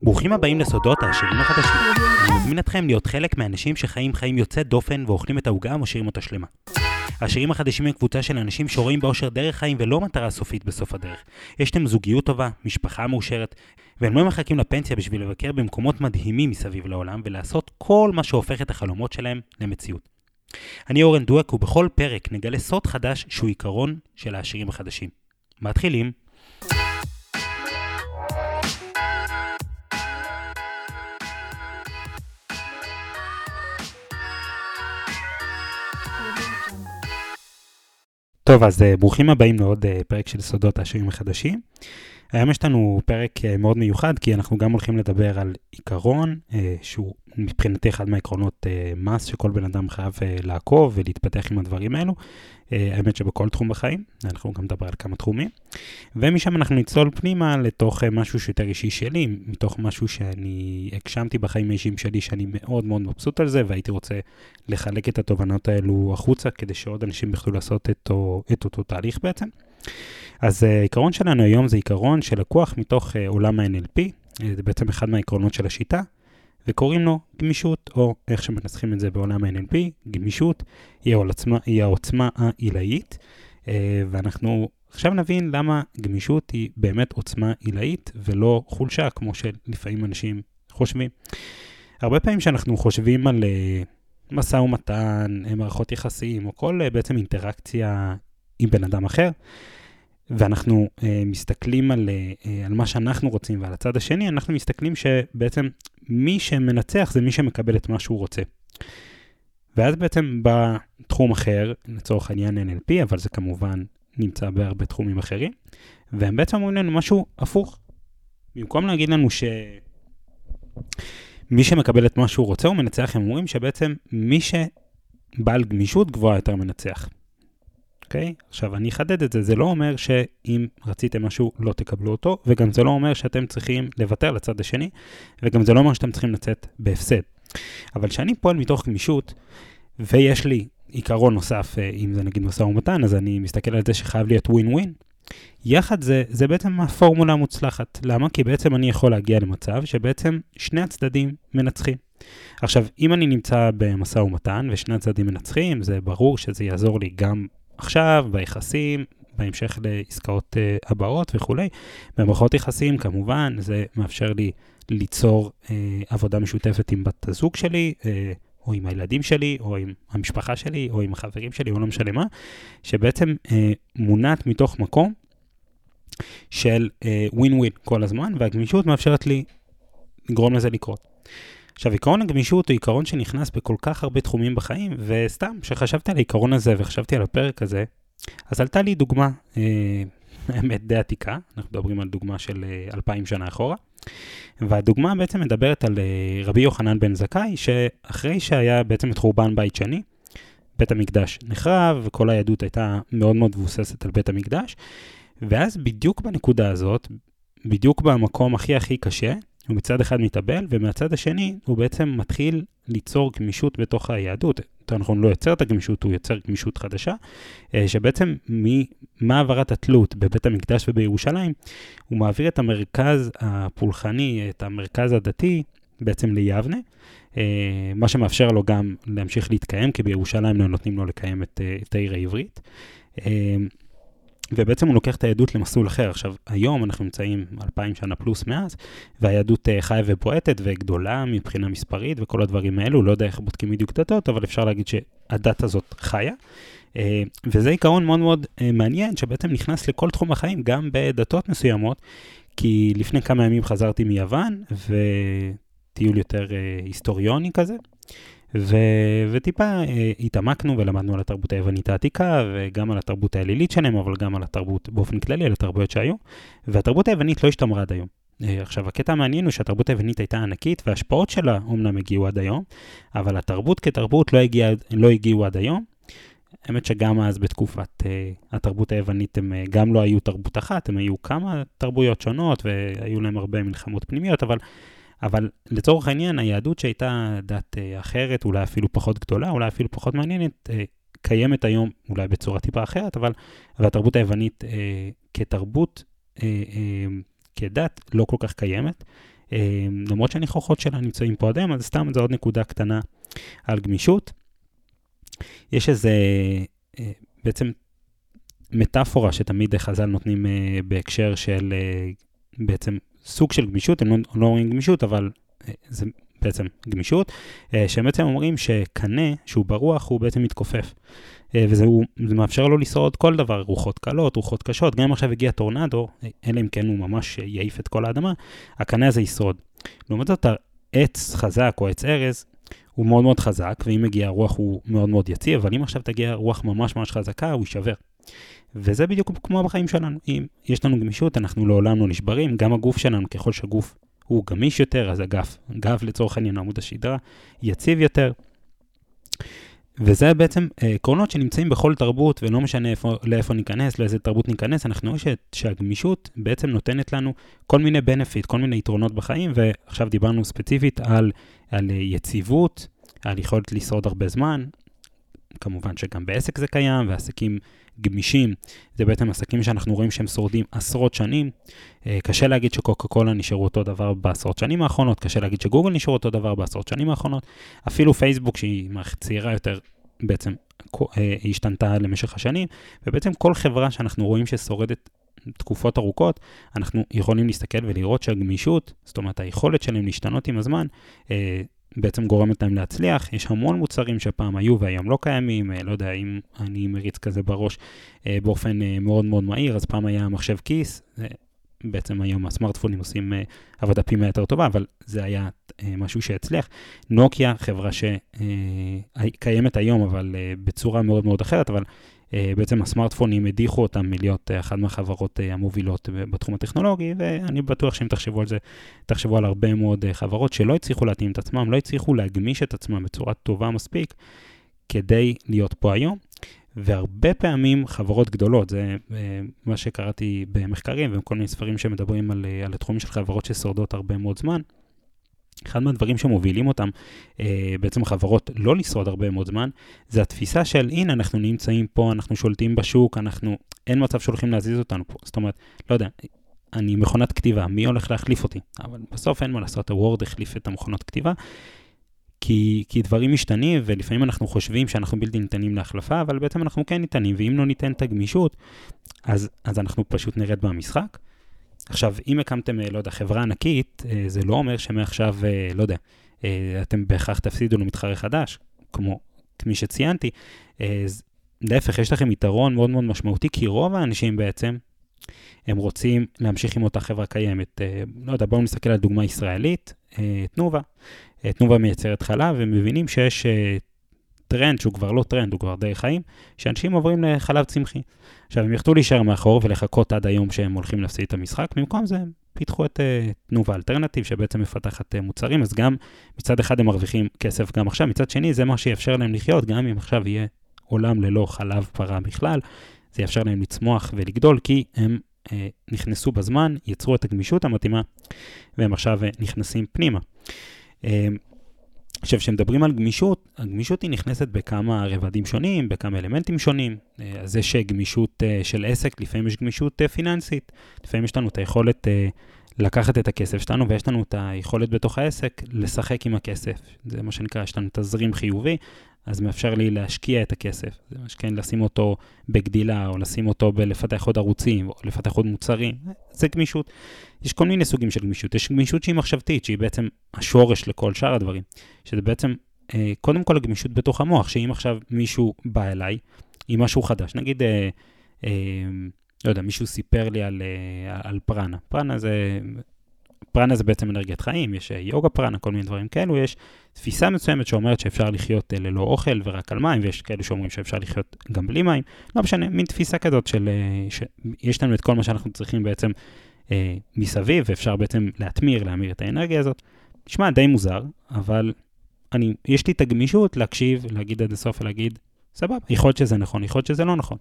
ברוכים הבאים לסודות העשירים החדשים. אני מזמין אתכם להיות חלק מהאנשים שחיים חיים יוצא דופן ואוכלים את העוגה ומשאירים אותה שלמה. העשירים החדשים הם קבוצה של אנשים שרואים באושר דרך חיים ולא מטרה סופית בסוף הדרך. יש להם זוגיות טובה, משפחה מאושרת, והם לא מחכים לפנסיה בשביל לבקר במקומות מדהימים מסביב לעולם ולעשות כל מה שהופך את החלומות שלהם למציאות. אני אורן דואק ובכל פרק נגלה סוד חדש שהוא עיקרון של העשירים החדשים. מתחילים. טוב, אז ברוכים הבאים לעוד פרק של סודות העשירים החדשים. היום יש לנו פרק מאוד מיוחד, כי אנחנו גם הולכים לדבר על עיקרון, שהוא מבחינתי אחד מהעקרונות מס שכל בן אדם חייב לעקוב ולהתפתח עם הדברים האלו. האמת שבכל תחום בחיים, אנחנו גם נדבר על כמה תחומים. ומשם אנחנו נצלול פנימה לתוך משהו שיותר אישי שלי, מתוך משהו שאני הגשמתי בחיים האישיים שלי, שאני מאוד מאוד מבסוט על זה, והייתי רוצה לחלק את התובנות האלו החוצה, כדי שעוד אנשים יוכלו לעשות את אותו תהליך בעצם. אז העיקרון שלנו היום זה עיקרון שלקוח מתוך עולם ה-NLP, זה בעצם אחד מהעקרונות של השיטה, וקוראים לו גמישות, או איך שמנסחים את זה בעולם ה-NLP, גמישות היא העוצמה העילאית, ואנחנו עכשיו נבין למה גמישות היא באמת עוצמה עילאית, ולא חולשה כמו שלפעמים אנשים חושבים. הרבה פעמים שאנחנו חושבים על משא ומתן, מערכות יחסים, או כל בעצם אינטראקציה עם בן אדם אחר, ואנחנו מסתכלים על מה שאנחנו רוצים ועל הצד השני, אנחנו מסתכלים שבעצם מי שמנצח זה מי שמקבל את מה שהוא רוצה. ואז בעצם בתחום אחר, לצורך העניין NLP, אבל זה כמובן נמצא בהרבה תחומים אחרים, והם בעצם אומרים לנו משהו הפוך. במקום להגיד לנו שמי שמקבל את מה שהוא רוצה הוא מנצח, הם אומרים שבעצם מי שבעל גמישות גבוהה יותר מנצח. אוקיי? עכשיו, אני אחדד את זה. זה לא אומר שאם רציתם משהו לא תקבלו אותו, וגם זה לא אומר שאתם צריכים לוותר לצד השני, וגם זה לא אומר שאתם צריכים לצאת בהפסד. אבל כשאני פועל מתוך גמישות, ויש לי עיקרון נוסף, אם זה נגיד משא ומתן, אז אני מסתכל על זה שחייב להיות ווין-ווין. יחד זה בעצם הפורמולה המוצלחת. למה? כי בעצם אני יכול להגיע למצב שבעצם שני הצדדים מנצחים. עכשיו, אם אני נמצא במשא ומתן, ושני הצדדים מנצחים, זה ברור שזה יעזור לי גם עכשיו, ביחסים, בהמשך לעסקאות הבאות וכו'. במערכות יחסים, כמובן, זה מאפשר לי ליצור עבודה משותפת עם בת הזוג שלי, או עם הילדים שלי, או עם המשפחה שלי, או עם החברים שלי, או לא משנה מה, שבעצם מונעת מתוך מקום של ווין-ווין כל הזמן, והגמישות מאפשרת לי לגרום לזה לקרות. עכשיו, עיקרון הגמישות הוא עיקרון שנכנס בכל כך הרבה תחומים בחיים, וסתם, כשחשבתי על העיקרון הזה וחשבתי על הפרק הזה, אז עלתה לי דוגמה, האמת די עתיקה, אנחנו מדברים על דוגמה של 2000 שנה אחורה, והדוגמה בעצם מדברת על רבי יוחנן בן זכאי, שאחרי שהיה בעצם את חורבן בית שני, בית המקדש נחרב, וכל היהדות הייתה מאוד מאוד מבוססת על בית המקדש, ואז בדיוק בנקודה הזאת, בדיוק במקום הכי קשה, הוא מצד אחד מתאבל, ומהצד השני הוא בעצם מתחיל ליצור גמישות בתוך היהדות. אנחנו לא יוצר את הגמישות, הוא יוצר גמישות חדשה, שבעצם מה העברת התלות בבית המקדש ובירושלים, הוא מעביר את המרכז הפולחני, את המרכז הדתי, בעצם ליבנה, מה שמאפשר לו גם להמשיך להתקיים, כי בירושלים לא נותנים לו לקיים את העיר העברית. ובעצם הוא לוקח את היהדות למסלול אחר. עכשיו, היום אנחנו נמצאים 2000 שנה פלוס מאז, והיהדות חיה ובועטת וגדולה מבחינה מספרית וכל הדברים האלו. לא יודע איך בודקים בדיוק דתות, אבל אפשר להגיד שהדת הזאת חיה. וזה עיקרון מאוד מאוד מעניין, שבעצם נכנס לכל תחום החיים, גם בדתות מסוימות, כי לפני כמה ימים חזרתי מיוון, וטיול יותר היסטוריוני כזה, וטיפה התעמקנו ולמדנו על התרבות היוונית העתיקה, וגם על התרבות האלילית שלהם, אבל גם על התרבות באופן כללי, על התרבויות שהיו, והתרבות היוונית לא השתמרה עד היום. עכשיו, הקטע המעניין הוא שהתרבות היוונית הייתה ענקית, וההשפעות שלה אומנם הגיעו עד היום, אבל התרבות כתרבות לא הגיעו עד היום. האמת שגם אז בתקופת התרבות היוונית הם גם לא היו תרבות אחת, הם היו כמה תרבויות שונות, והיו להם הרבה מלחמות פנימיות, אבל לצורך העניין, היהדות שהייתה דת אחרת, אולי אפילו פחות גדולה, אולי אפילו פחות מעניינת, קיימת היום אולי בצורה טיפה אחרת, אבל התרבות היוונית כתרבות, כדת, לא כל כך קיימת. למרות שהניחוחות שלה נמצאים פה עד היום, אז סתם זה עוד נקודה קטנה על גמישות. יש איזה בעצם מטאפורה שתמיד חז"ל נותנים בהקשר של בעצם סוג של גמישות, הם לא אומרים גמישות, אבל זה בעצם גמישות, שהם בעצם אומרים שקנה, שהוא ברוח, הוא בעצם מתכופף. וזה מאפשר לו לשרוד כל דבר, רוחות קלות, רוחות קשות, גם אם עכשיו הגיע טורנדו, אלא אם כן הוא ממש יעיף את כל האדמה, הקנה הזה ישרוד. לעומת זאת, העץ חזק או עץ ארז, הוא מאוד מאוד חזק, ואם מגיע רוח הוא מאוד מאוד יציב, אבל אם עכשיו תגיע רוח ממש ממש חזקה, הוא יישבר. וזה בדיוק כמו בחיים שלנו. אם יש לנו גמישות, אנחנו לעולם לא נשברים, גם הגוף שלנו, ככל שהגוף הוא גמיש יותר, אז הגב לצורך העניין עמוד השדרה, יציב יותר. וזה בעצם עקרונות שנמצאים בכל תרבות, ולא משנה לאיפה ניכנס, לאיזה תרבות ניכנס, אנחנו רואים שהגמישות בעצם נותנת לנו כל מיני benefit, כל מיני יתרונות בחיים, ועכשיו דיברנו ספציפית על יציבות, על יכולת לשרוד הרבה זמן, כמובן שגם בעסק זה קיים, ועסקים גמישים, זה בעצם עסקים שאנחנו רואים שהם שורדים עשרות שנים, קשה להגיד שקוקה קולה נשארו אותו דבר בעשרות שנים האחרונות, קשה להגיד שגוגל נשארו אותו דבר בעשרות שנים האחרונות, אפילו פייסבוק שהיא מערכת צעירה יותר, בעצם היא השתנתה למשך השנים, ובעצם כל חברה שאנחנו רואים ששורדת תקופות ארוכות, אנחנו יכולים להסתכל ולראות שהגמישות, זאת אומרת היכולת שלהם להשתנות עם הזמן, בעצם גורמת להם להצליח. יש המון מוצרים שפעם היו והיום לא קיימים, לא יודע אם אני מריץ כזה בראש באופן מאוד מאוד מהיר, אז פעם היה מחשב כיס, בעצם היום הסמארטפונים עושים עבודה פי יותר טובה, אבל זה היה משהו שהצליח. נוקיה, חברה שקיימת היום, אבל בצורה מאוד מאוד אחרת, אבל בעצם הסמארטפונים הדיחו אותם מלהיות אחת מהחברות המובילות בתחום הטכנולוגי, ואני בטוח שאם תחשבו על זה, תחשבו על הרבה מאוד חברות שלא הצליחו להתאים את עצמם, לא הצליחו להגמיש את עצמם בצורה טובה מספיק, כדי להיות פה היום. והרבה פעמים חברות גדולות, זה מה שקראתי במחקרים, וכל מיני ספרים שמדברים על התחומים של חברות ששורדות הרבה מאוד זמן, אחד מהדברים שמובילים אותם, בעצם חברות לא לשרוד הרבה מאוד זמן, זה התפיסה של, הנה, אנחנו נמצאים פה, אנחנו שולטים בשוק, אין מצב שהולכים להזיז אותנו פה. זאת אומרת, לא יודע, אני מכונת כתיבה, מי הולך להחליף אותי? אבל בסוף אין מה לעשות, הוורד החליף את המכונות כתיבה, כי דברים משתנים, ולפעמים אנחנו חושבים שאנחנו בלתי ניתנים להחלפה, אבל בעצם אנחנו כן ניתנים, ואם לא ניתן את הגמישות, אז אנחנו פשוט נרד מהמשחק. עכשיו, אם הקמתם, לא יודע, חברה ענקית, זה לא אומר שמעכשיו, לא יודע, אתם בהכרח תפסידו למתחרה חדש, כמו מי שציינתי. להפך, יש לכם יתרון מאוד מאוד משמעותי, כי רוב האנשים בעצם, הם רוצים להמשיך עם אותה חברה קיימת. לא יודע, בואו נסתכל על דוגמה ישראלית, תנובה. תנובה מייצרת חלב, ומבינים שיש טרנד, שהוא כבר לא טרנד, הוא כבר די חיים, שאנשים עוברים לחלב צמחי. עכשיו, הם יחתו להישאר מאחור ולחכות עד היום שהם הולכים להפסיד את המשחק, במקום זה הם פיתחו את תנובה אלטרנטיב, שבעצם מפתחת מוצרים, אז גם מצד אחד הם מרוויחים כסף גם עכשיו, מצד שני זה מה שיאפשר להם לחיות, גם אם עכשיו יהיה עולם ללא חלב פרה בכלל, זה יאפשר להם לצמוח ולגדול, כי הם נכנסו בזמן, יצרו את הגמישות המתאימה, והם עכשיו נכנסים פנימה. עכשיו, כשמדברים על גמישות, הגמישות היא נכנסת בכמה רבדים שונים, בכמה אלמנטים שונים. אז יש גמישות של עסק, לפעמים יש גמישות פיננסית, לפעמים יש לנו את היכולת לקחת את הכסף שלנו, ויש לנו את היכולת בתוך העסק לשחק עם הכסף. זה מה שנקרא, יש לנו תזרים חיובי, אז מאפשר לי להשקיע את הכסף. זה מה שכן, לשים אותו בגדילה, או לשים אותו בלפתח עוד ערוצים, או לפתח עוד מוצרים. זה גמישות. יש כל מיני סוגים של גמישות. יש גמישות שהיא מחשבתית, שהיא בעצם השורש לכל שאר הדברים. שזה בעצם, קודם כל הגמישות בתוך המוח, שאם עכשיו מישהו בא אליי, עם משהו חדש, נגיד, לא יודע, מישהו סיפר לי על פרנה. פרנה זה בעצם אנרגיית חיים, יש יוגה פרנה, כל מיני דברים כאלו, יש תפיסה מסוימת שאומרת שאפשר לחיות ללא אוכל ורק על מים, ויש כאלו שאומרים שאפשר לחיות גם בלי מים, לא משנה, מין תפיסה כזאת שיש לנו את כל מה שאנחנו צריכים בעצם מסביב, ואפשר בעצם להמיר את האנרגיה הזאת. נשמע די מוזר, אבל יש לי את הגמישות להקשיב, להגיד עד הסוף ולהגיד, סבבה, יכול להיות שזה נכון, יכול להיות שזה לא נכון.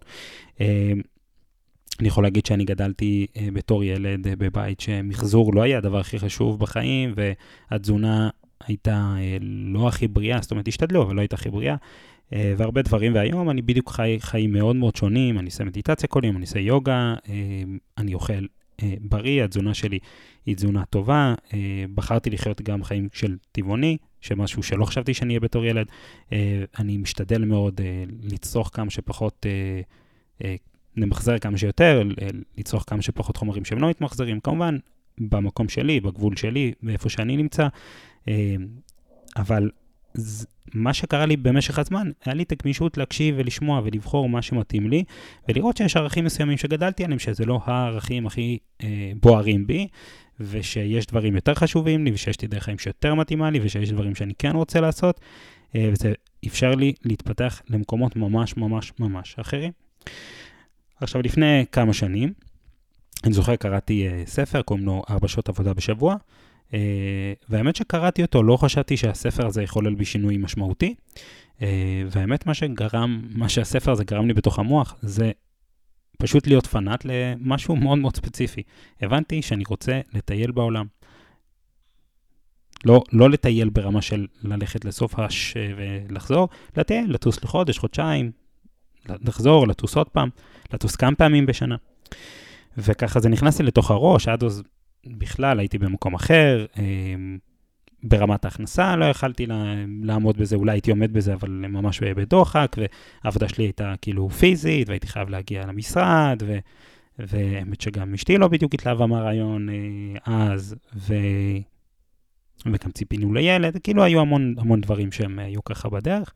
אני יכול להגיד שאני גדלתי בתור ילד בבית שמחזור לא היה הדבר הכי חשוב בחיים, והתזונה הייתה לא הכי בריאה, זאת אומרת, השתדלו, אבל לא הייתה הכי בריאה, והרבה דברים, והיום אני בדיוק חיים מאוד מאוד שונים, אני עושה מדיטציה כל יום, אני עושה יוגה, אני אוכל בריא, התזונה שלי היא תזונה טובה, בחרתי לחיות גם חיים של טבעוני, שמשהו שלא חשבתי שאני אהיה בתור ילד, אני משתדל מאוד לצרוך כמה שפחות, למחזר כמה שיותר, לצרוך כמה שפחות חומרים שהם לא מתמחזרים, כמובן במקום שלי, בגבול שלי, באיפה שאני נמצא, אבל מה שקרה לי במשך הזמן, היה לי את הגמישות להקשיב ולשמוע ולבחור מה שמתאים לי, ולראות שיש ערכים מסוימים שגדלתי עליהם, שזה לא הערכים הכי בוערים בי, ושיש דברים יותר חשובים לי, ושיש לי דרך חיים שיותר מתאימה לי, ושיש דברים שאני כן רוצה לעשות, וזה אפשר לי להתפתח למקומות ממש ממש ממש אחרים. עכשיו, לפני כמה שנים, אני זוכר, קראתי ספר, קוראים לו 4 שעות עבודה בשבוע, והאמת שקראתי אותו, לא חשבתי שהספר הזה יחולל בי שינוי משמעותי, והאמת מה שהספר הזה גרם לי בתוך המוח, זה פשוט להיות פנאט למשהו מאוד מאוד ספציפי. הבנתי שאני רוצה לטייל בעולם. לא לטייל ברמה של ללכת לסוף הש ולחזור, לטייל, לטוס לחודש, חודשיים, לחזור, לטוס עוד פעם, לטוס כמה פעמים בשנה. וככה זה נכנס לי לתוך הראש, עד אז בכלל הייתי במקום אחר, ברמת ההכנסה לא יכלתי לעמוד בזה, אולי הייתי עומד בזה, אבל ממש בדוחק, והעבודה שלי הייתה כאילו פיזית, והייתי חייב להגיע למשרד, והאמת שגם אשתי לא בדיוק התלהבה מהרעיון אז, וגם ציפינו לילד, כאילו היו המון דברים שהם היו ככה בדרך,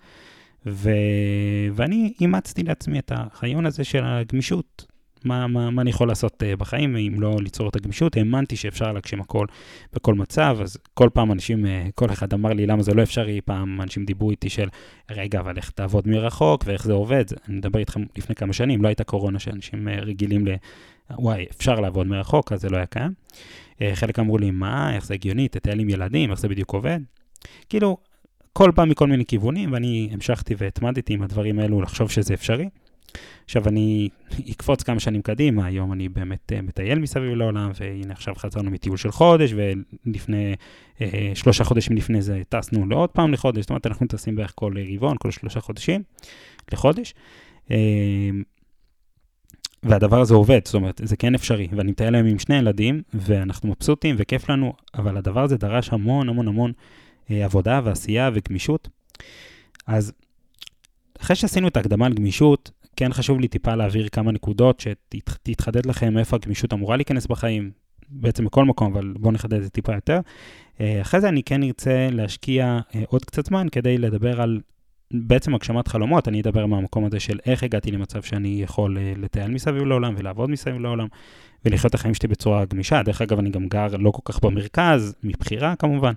ואני אימצתי לעצמי את הרעיון הזה של הגמישות, מה אני יכול לעשות בחיים, אם לא ליצור את הגמישות, האמנתי שאפשר להגשים הכל בכל מצב, אז כל פעם כל אחד אמר לי למה זה לא אפשרי, פעם אנשים דיברו איתי של, רגע, אבל איך תעבוד מרחוק, ואיך זה עובד, אני מדבר איתכם לפני כמה שנים, לא הייתה קורונה שאנשים רגילים וואי, אפשר לעבוד מרחוק, אז זה לא היה קיים. חלק אמרו לי, איך זה הגיוני, תטייל עם ילדים, איך זה בדיוק עובד? כאילו, כל פעם מכל מיני כיוונים, ואני המשכתי והתמדתי עם הדברים האלו לחשוב שזה אפשרי. עכשיו אני אקפוץ כמה שנים קדימה, היום אני באמת מטייל מסביב לעולם, והנה עכשיו חזרנו מטיול של חודש, ולפני 3 חודשים לפני זה טסנו לעוד פעם לחודש, זאת אומרת אנחנו טסים בערך כל רבעון, כל 3 חודשים לחודש, והדבר הזה עובד, זאת אומרת זה כן אפשרי, ואני מטייל להם עם 2 ילדים, ואנחנו מבסוטים וכיף לנו, אבל הדבר הזה דרש המון עבודה ועשייה וגמישות. אז אחרי שעשינו את ההקדמה על גמישות, כן חשוב לי טיפה להעביר כמה נקודות שתתחדד לכם איפה הגמישות אמורה להיכנס בחיים, בעצם בכל מקום, אבל בואו נחדד את זה טיפה יותר. אחרי זה אני כן ארצה להשקיע עוד קצת זמן כדי לדבר על בעצם הגשמת חלומות, אני אדבר מהמקום הזה של איך הגעתי למצב שאני יכול לטייל מסביב לעולם ולעבוד מסביב לעולם, ולחיות את החיים שלי בצורה גמישה. דרך אגב, אני גם גר לא כל כך במרכז, מבחירה כמובן,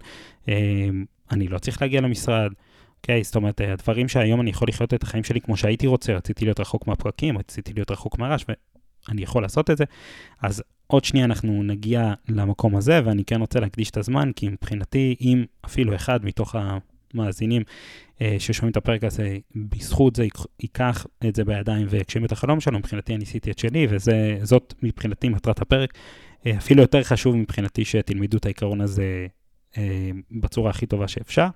אני לא צריך להגיע למשרד, אוקיי, זאת אומרת, הדברים שהיום אני יכול לחיות את החיים שלי כמו שהייתי רוצה, רציתי להיות רחוק מהפרקים, רציתי להיות רחוק מהרעש, ואני יכול לעשות את זה. אז עוד שנייה אנחנו נגיע למקום הזה, ואני כן רוצה להקדיש את הזמן, כי מבחינתי, אם אפילו אחד מתוך המאזינים ששומעים את הפרק הזה, בזכות זה ייקח את זה בידיים ויקשים את החלום שלו, מבחינתי אני עשיתי את שלי, וזאת מבחינתי מטרת הפרק, אפילו יותר חשוב מבחינתי שתלמידו את העיקרון הזה בצורה הכי טובה שאפשר.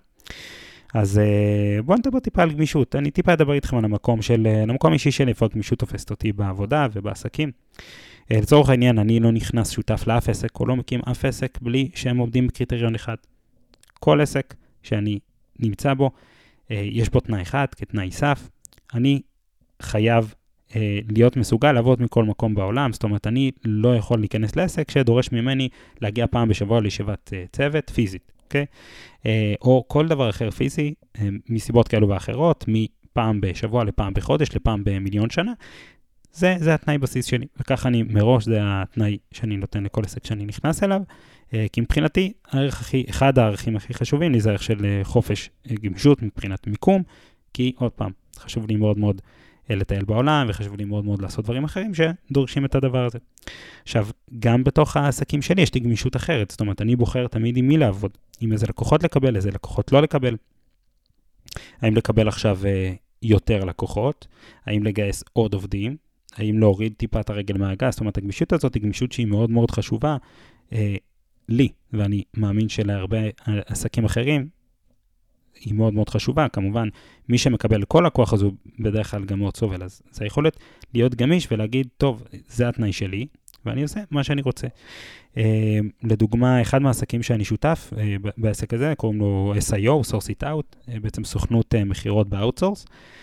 אז בואו נדבר טיפה על גמישות. אני טיפה אדבר איתכם על המקום אישי שלי, איפה הגמישות תופסת אותי בעבודה ובעסקים. לצורך העניין, אני לא נכנס שותף לאף עסק, או לא מקים אף עסק בלי שהם עובדים בקריטריון אחד. כל עסק שאני נמצא בו, יש בו תנאי אחד, כתנאי סף. אני חייב להיות מסוגל לעבוד מכל מקום בעולם, זאת אומרת, אני לא יכול להיכנס לעסק שדורש ממני להגיע פעם בשבוע לישיבת צוות פיזית. אוקיי? או כל דבר אחר פיזי, מסיבות כאלו ואחרות, מפעם בשבוע לפעם בחודש, לפעם במיליון שנה, זה התנאי בסיס שלי, וככה אני מראש, זה התנאי שאני נותן לכל עסק שאני נכנס אליו, כי מבחינתי, אחד הערכים הכי חשובים לי, זה הערך של חופש גמישות מבחינת מיקום, כי עוד פעם, חשוב לי מאוד מאוד לטייל בעולם, וחשוב לי מאוד מאוד לעשות דברים אחרים שדורשים את הדבר הזה. עכשיו, גם בתוך העסקים שלי יש לי גמישות אחרת, זאת אומרת, אני בוחר תמיד עם מי לעבוד, עם איזה לקוחות לקבל, איזה לקוחות לא לקבל. האם לקבל עכשיו יותר לקוחות, האם לגייס עוד עובדים, האם להוריד טיפה את הרגל מהגז, זאת אומרת, הגמישות הזאת היא גמישות שהיא מאוד מאוד חשובה לי, ואני מאמין שלהרבה עסקים אחרים, היא מאוד מאוד חשובה, כמובן, מי שמקבל כל הכוח הזו בדרך כלל גם מאוד סובל, אז זה יכולת להיות גמיש ולהגיד, טוב, זה התנאי שלי, ואני עושה מה שאני רוצה. לדוגמה, אחד מהעסקים שאני שותף בעסק הזה, קוראים לו SIO, Source It Out, בעצם סוכנות מחירות באוטסורס,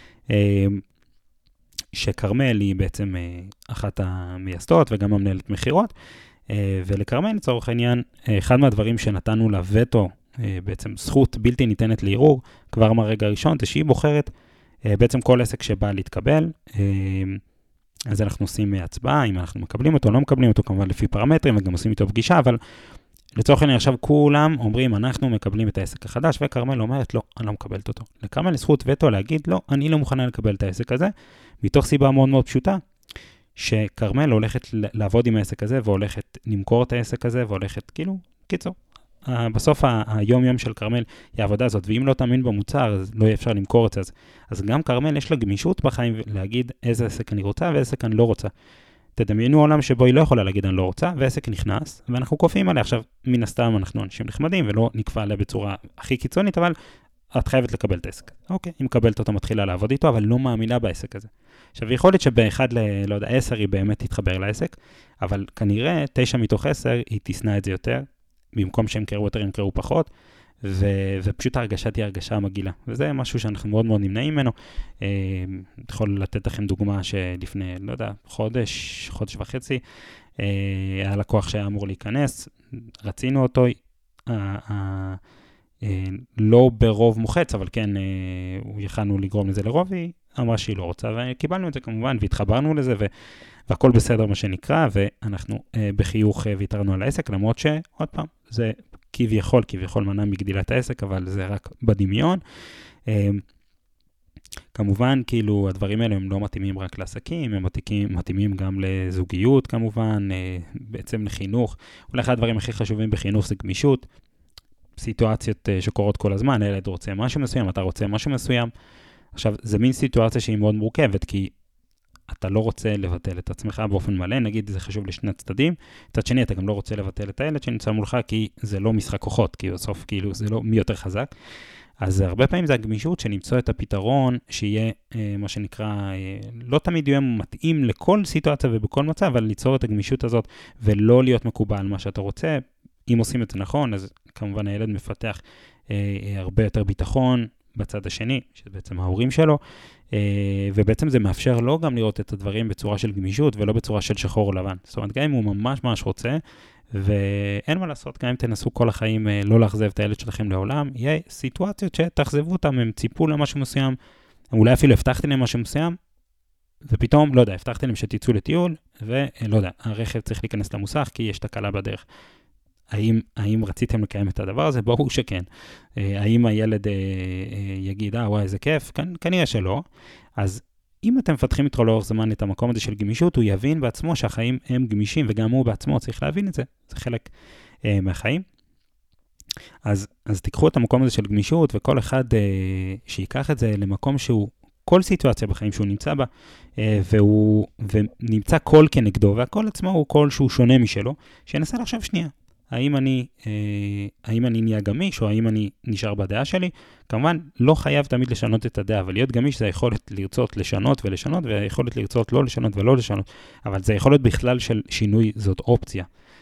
שקרמל היא בעצם אחת המייסדות וגם המנהלת מחירות, ולקרמל לצורך העניין, אחד מהדברים שנתנו לה וטו, בעצם זכות בלתי ניתנת לערעור, כבר מהרגע הראשון, זה שהיא בוחרת בעצם כל עסק שבא להתקבל, אז אנחנו עושים הצבעה, אם אנחנו מקבלים אותו, לא מקבלים אותו, כמובן לפי פרמטרים, וגם עושים איתו פגישה, אבל לצורך העניין עכשיו כולם אומרים, אנחנו מקבלים את העסק החדש, וקרמל אומרת, לא, אני לא מקבלת אותו. לקרמל זכות וטו להגיד, לא, אני לא מוכנה לקבל את העסק הזה, מתוך סיבה מאוד מאוד פשוטה, שקרמל הולכת לעבוד עם העסק הזה, והולכת למכור את העסק הזה, והולכת, כאילו, קיצור. בסוף היום של קרמל היא העבודה הזאת, ואם לא תאמין במוצר, אז לא יהיה אפשר למכור את זה. אז גם קרמל יש לה גמישות בחיים להגיד איזה עסק אני רוצה ואיזה עסק אני לא רוצה. תדמיינו עולם שבו היא לא יכולה להגיד אני לא רוצה, ועסק נכנס, ואנחנו קופאים עליה. עכשיו, מן הסתם אנחנו אנשים נחמדים, ולא נקפא עליה בצורה הכי קיצונית, אבל את חייבת לקבל את העסק. אוקיי, היא מקבלת אותו, מתחילה לעבוד איתו, אבל לא מאמינה בעסק הזה. עכשיו, יכול להיות שבאחד לא יודע, 10 היא באמת תתחבר לעסק, אבל כנראה 9 מתוך 10 היא תשנא את זה יותר, במקום שהם קראו יותר, הם קראו פחות, ופשוט ההרגשה תהיה הרגשה מגעילה. וזה משהו שאנחנו מאוד מאוד נמנעים ממנו. יכול לתת לכם דוגמה שלפני, לא יודע, חודש וחצי, היה לקוח שהיה אמור להיכנס, רצינו אותו, לא ברוב מוחץ, אבל כן, יכלנו לגרום לזה לרוב, היא אמרה שהיא לא רוצה, וקיבלנו את זה כמובן, והתחברנו לזה, והכל בסדר מה שנקרא, ואנחנו בחיוך ויתרנו על העסק, למרות שעוד פעם, זה כביכול מנע מגדילת העסק, אבל זה רק בדמיון. כמובן, כאילו, הדברים האלה הם לא מתאימים רק לעסקים, הם מתאימים גם לזוגיות, כמובן, בעצם לחינוך. אולי אחד הדברים הכי חשובים בחינוך זה גמישות, סיטואציות שקורות כל הזמן, הילד רוצה משהו מסוים, אתה רוצה משהו מסוים. עכשיו, זה מין סיטואציה שהיא מאוד מורכבת, כי אתה לא רוצה לבטל את עצמך באופן מלא, נגיד זה חשוב לשני הצדדים, מצד שני אתה גם לא רוצה לבטל את הילד שנמצא מולך, כי זה לא משחק כוחות, כי בסוף כאילו זה לא מי יותר חזק, אז הרבה פעמים זה הגמישות שנמצוא את הפתרון, שיהיה מה שנקרא, לא תמיד יהיה מתאים לכל סיטואציה ובכל מצב, אבל ליצור את הגמישות הזאת, ולא להיות מקובל על מה שאתה רוצה. אם עושים את זה נכון, אז כמובן הילד מפתח הרבה יותר ביטחון בצד השני, שזה בעצם ההורים שלו, ובעצם זה מאפשר לו גם לראות את הדברים בצורה של גמישות, ולא בצורה של שחור או לבן. זאת אומרת, גם אם הוא ממש רוצה, ואין מה לעשות, גם אם תנסו כל החיים לא לאכזב את הילד שלכם לעולם, יהיה סיטואציות שתאכזבו אותם, הם ציפו למשהו מסוים, אולי אפילו הבטחתי להם משהו מסוים, ופתאום, לא יודע, הבטחתי להם שתיצאו לטיול, ולא יודע, הרכב צריך להיכנס למוסך, כי יש תקלה בדרך. האם רציתם לקיים את הדבר הזה? ברור שכן. האם הילד יגיד, וואי, איזה כיף? כנראה שלא. אז אם אתם מפתחים איתו לאורך זמן את המקום הזה של גמישות, הוא יבין בעצמו שהחיים הם גמישים, וגם הוא בעצמו צריך להבין את זה. זה חלק מהחיים. אז תיקחו את המקום הזה של גמישות, וכל אחד שיקח את זה למקום שהוא, כל סיטואציה בחיים שהוא נמצא בה, ונמצא קול כנגדו, והקול עצמו הוא קול שהוא שונה משלו, שינסה לחשוב שנייה. האם אני נהיה גמיש, או האם אני נשאר בדעה שלי? כמובן, לא חייב תמיד לשנות את הדעה, אבל להיות גמיש זה היכולת לרצות לשנות ולשנות, והיכולת לרצות לא לשנות ולא לשנות, אבל זה יכולת בכלל של שינוי, זאת אופציה.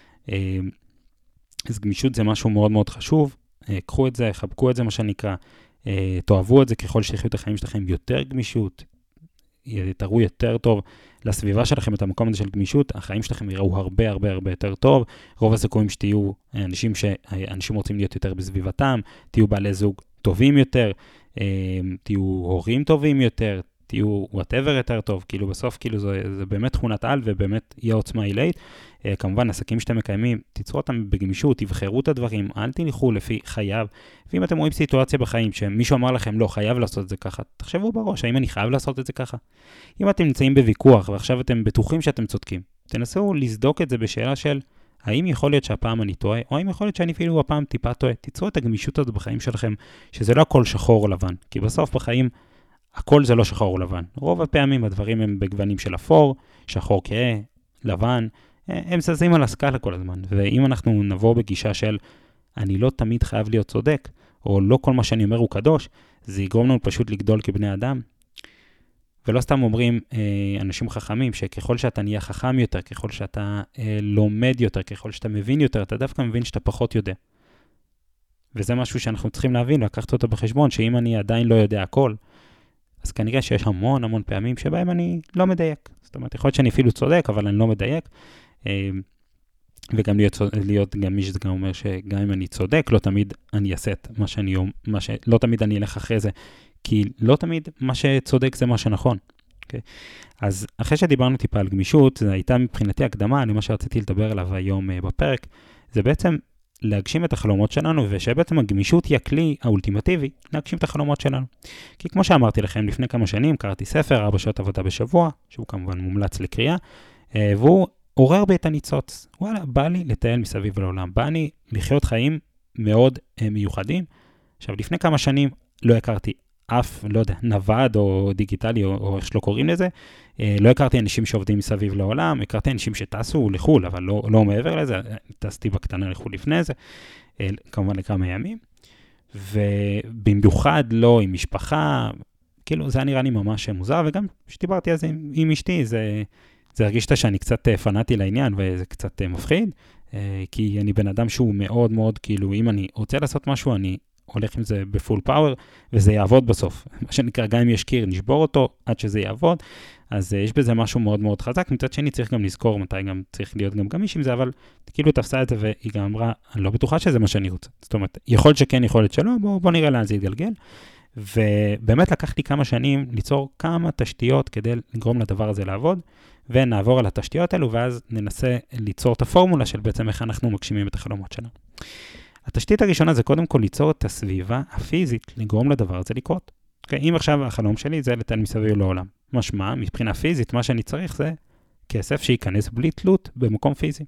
אז גמישות זה משהו מאוד מאוד חשוב, קחו את זה, חבקו את זה מה שנקרא, תאהבו את זה ככל שתחיו את החיים שלכם יותר גמישות, תראו יותר טוב לסביבה שלכם את המקום הזה של גמישות, החיים שלכם יראו הרבה יותר טוב, רוב הסיכויים שתהיו אנשים רוצים להיות יותר בסביבתם, תהיו בעלי זוג טובים יותר, תהיו הורים טובים יותר, תהיו whatever יותר טוב, כאילו בסוף כאילו זה באמת תכונת על ובאמת יהיה עוצמה עילאית. כמובן, עסקים שאתם מקיימים, תיצרו אותם בגמישות, תבחרו את הדברים, אל תלכו לפי חייב. ואם אתם רואים סיטואציה בחיים שמישהו אמר לכם לא חייב לעשות את זה ככה, תחשבו בראש, האם אני חייב לעשות את זה ככה? אם אתם נמצאים בוויכוח ועכשיו אתם בטוחים שאתם צודקים, תנסו לסדוק את זה בשאלה של האם יכול להיות שהפעם אני טועה, או האם יכול להיות שאני אפילו הפעם טיפה טועה. תיצרו את הגמישות הזאת בחיים שלכם, שזה לא הכל שחור או לבן, כי בסוף בחיים הכל זה לא שחור או לבן. רוב הפעמים הדברים הם בגוונים של אפור, שחור כהה, לבן, הם זזים על הסקאלה כל הזמן. ואם אנחנו נבוא בגישה של אני לא תמיד חייב להיות צודק, או לא כל מה שאני אומר הוא קדוש, זה יגרום לנו פשוט לגדול כבני אדם. ולא סתם אומרים אנשים חכמים, שככל שאתה נהיה חכם יותר, ככל שאתה לומד יותר, ככל שאתה מבין יותר, אתה דווקא מבין שאתה פחות יודע. וזה משהו שאנחנו צריכים להבין, לקחת אותו בחשבון, שאם אני עדיין לא יודע הכל, אז כנראה שיש המון פעמים שבהם אני לא מדייק. זאת אומרת, יכול להיות שאני אפילו צודק, אבל אני לא מדייק. וגם להיות גם מי שזה גם אומר שגם אם אני צודק, לא תמיד אני אעשה את לא תמיד אני אלך אחרי זה, כי לא תמיד מה שצודק זה מה שנכון. Okay? אז אחרי שדיברנו טיפה על גמישות, זה הייתה מבחינתי הקדמה, למה שרציתי לדבר עליו היום בפרק, זה בעצם להגשים את החלומות שלנו, ושבעצם הגמישות היא הכלי האולטימטיבי להגשים את החלומות שלנו. כי כמו שאמרתי לכם, לפני כמה שנים קראתי ספר, 4 שעות עבודה בשבוע, שהוא כמובן מומלץ לקריאה, והוא עורר בי את הניצוץ. וואלה, בא לי לטייל מסביב לעולם, בא לי לחיות חיים מאוד מיוחדים. עכשיו, לפני כמה שנים לא הכרתי אף, לא יודע, נווד או דיגיטלי, או איך שלא קוראים לזה, לא הכרתי אנשים שעובדים מסביב לעולם, הכרתי אנשים שטסו לחול, אבל לא מעבר לזה, טסתי בקטנה לחול לפני זה, כמובן לכמה ימים, ובמיוחד לא עם משפחה, כאילו זה נראה לי ממש מוזר, וגם כשדיברתי על זה עם אשתי, זה הרגישת שאני קצת פנאטי לעניין, וזה קצת מפחיד, כי אני בן אדם שהוא מאוד מאוד, כאילו אם אני רוצה לעשות משהו, אני הולך עם זה בפול פאוור, וזה יעבוד בסוף. מה שנקרא, גם אם יש קיר, נשבור אותו עד שזה יעבוד, אז יש בזה משהו מאוד מאוד חזק. מצד שני, צריך גם לזכור מתי גם צריך להיות גם גמיש עם זה, אבל כאילו תפסה את זה, והיא גם אמרה, אני לא בטוחה שזה מה שאני רוצה. זאת אומרת, יכול שכן, יכול שלא, בוא נראה לאן זה יתגלגל. ובאמת לקח לי כמה שנים ליצור כמה תשתיות כדי לגרום לדבר הזה לעבוד, ונעבור על התשתיות האלו, ואז ננסה ליצור את הפורמולה של בעצם איך אנחנו מגשימים את החלומות שלנו. התשתית הראשונה זה קודם כל ליצור את הסביבה הפיזית, לגרום לדבר הזה לקרות. אם עכשיו החלום שלי זה לטייל מסביב לעולם. משמע, מבחינה פיזית, מה שאני צריך זה כסף שייכנס בלי תלות במקום פיזי.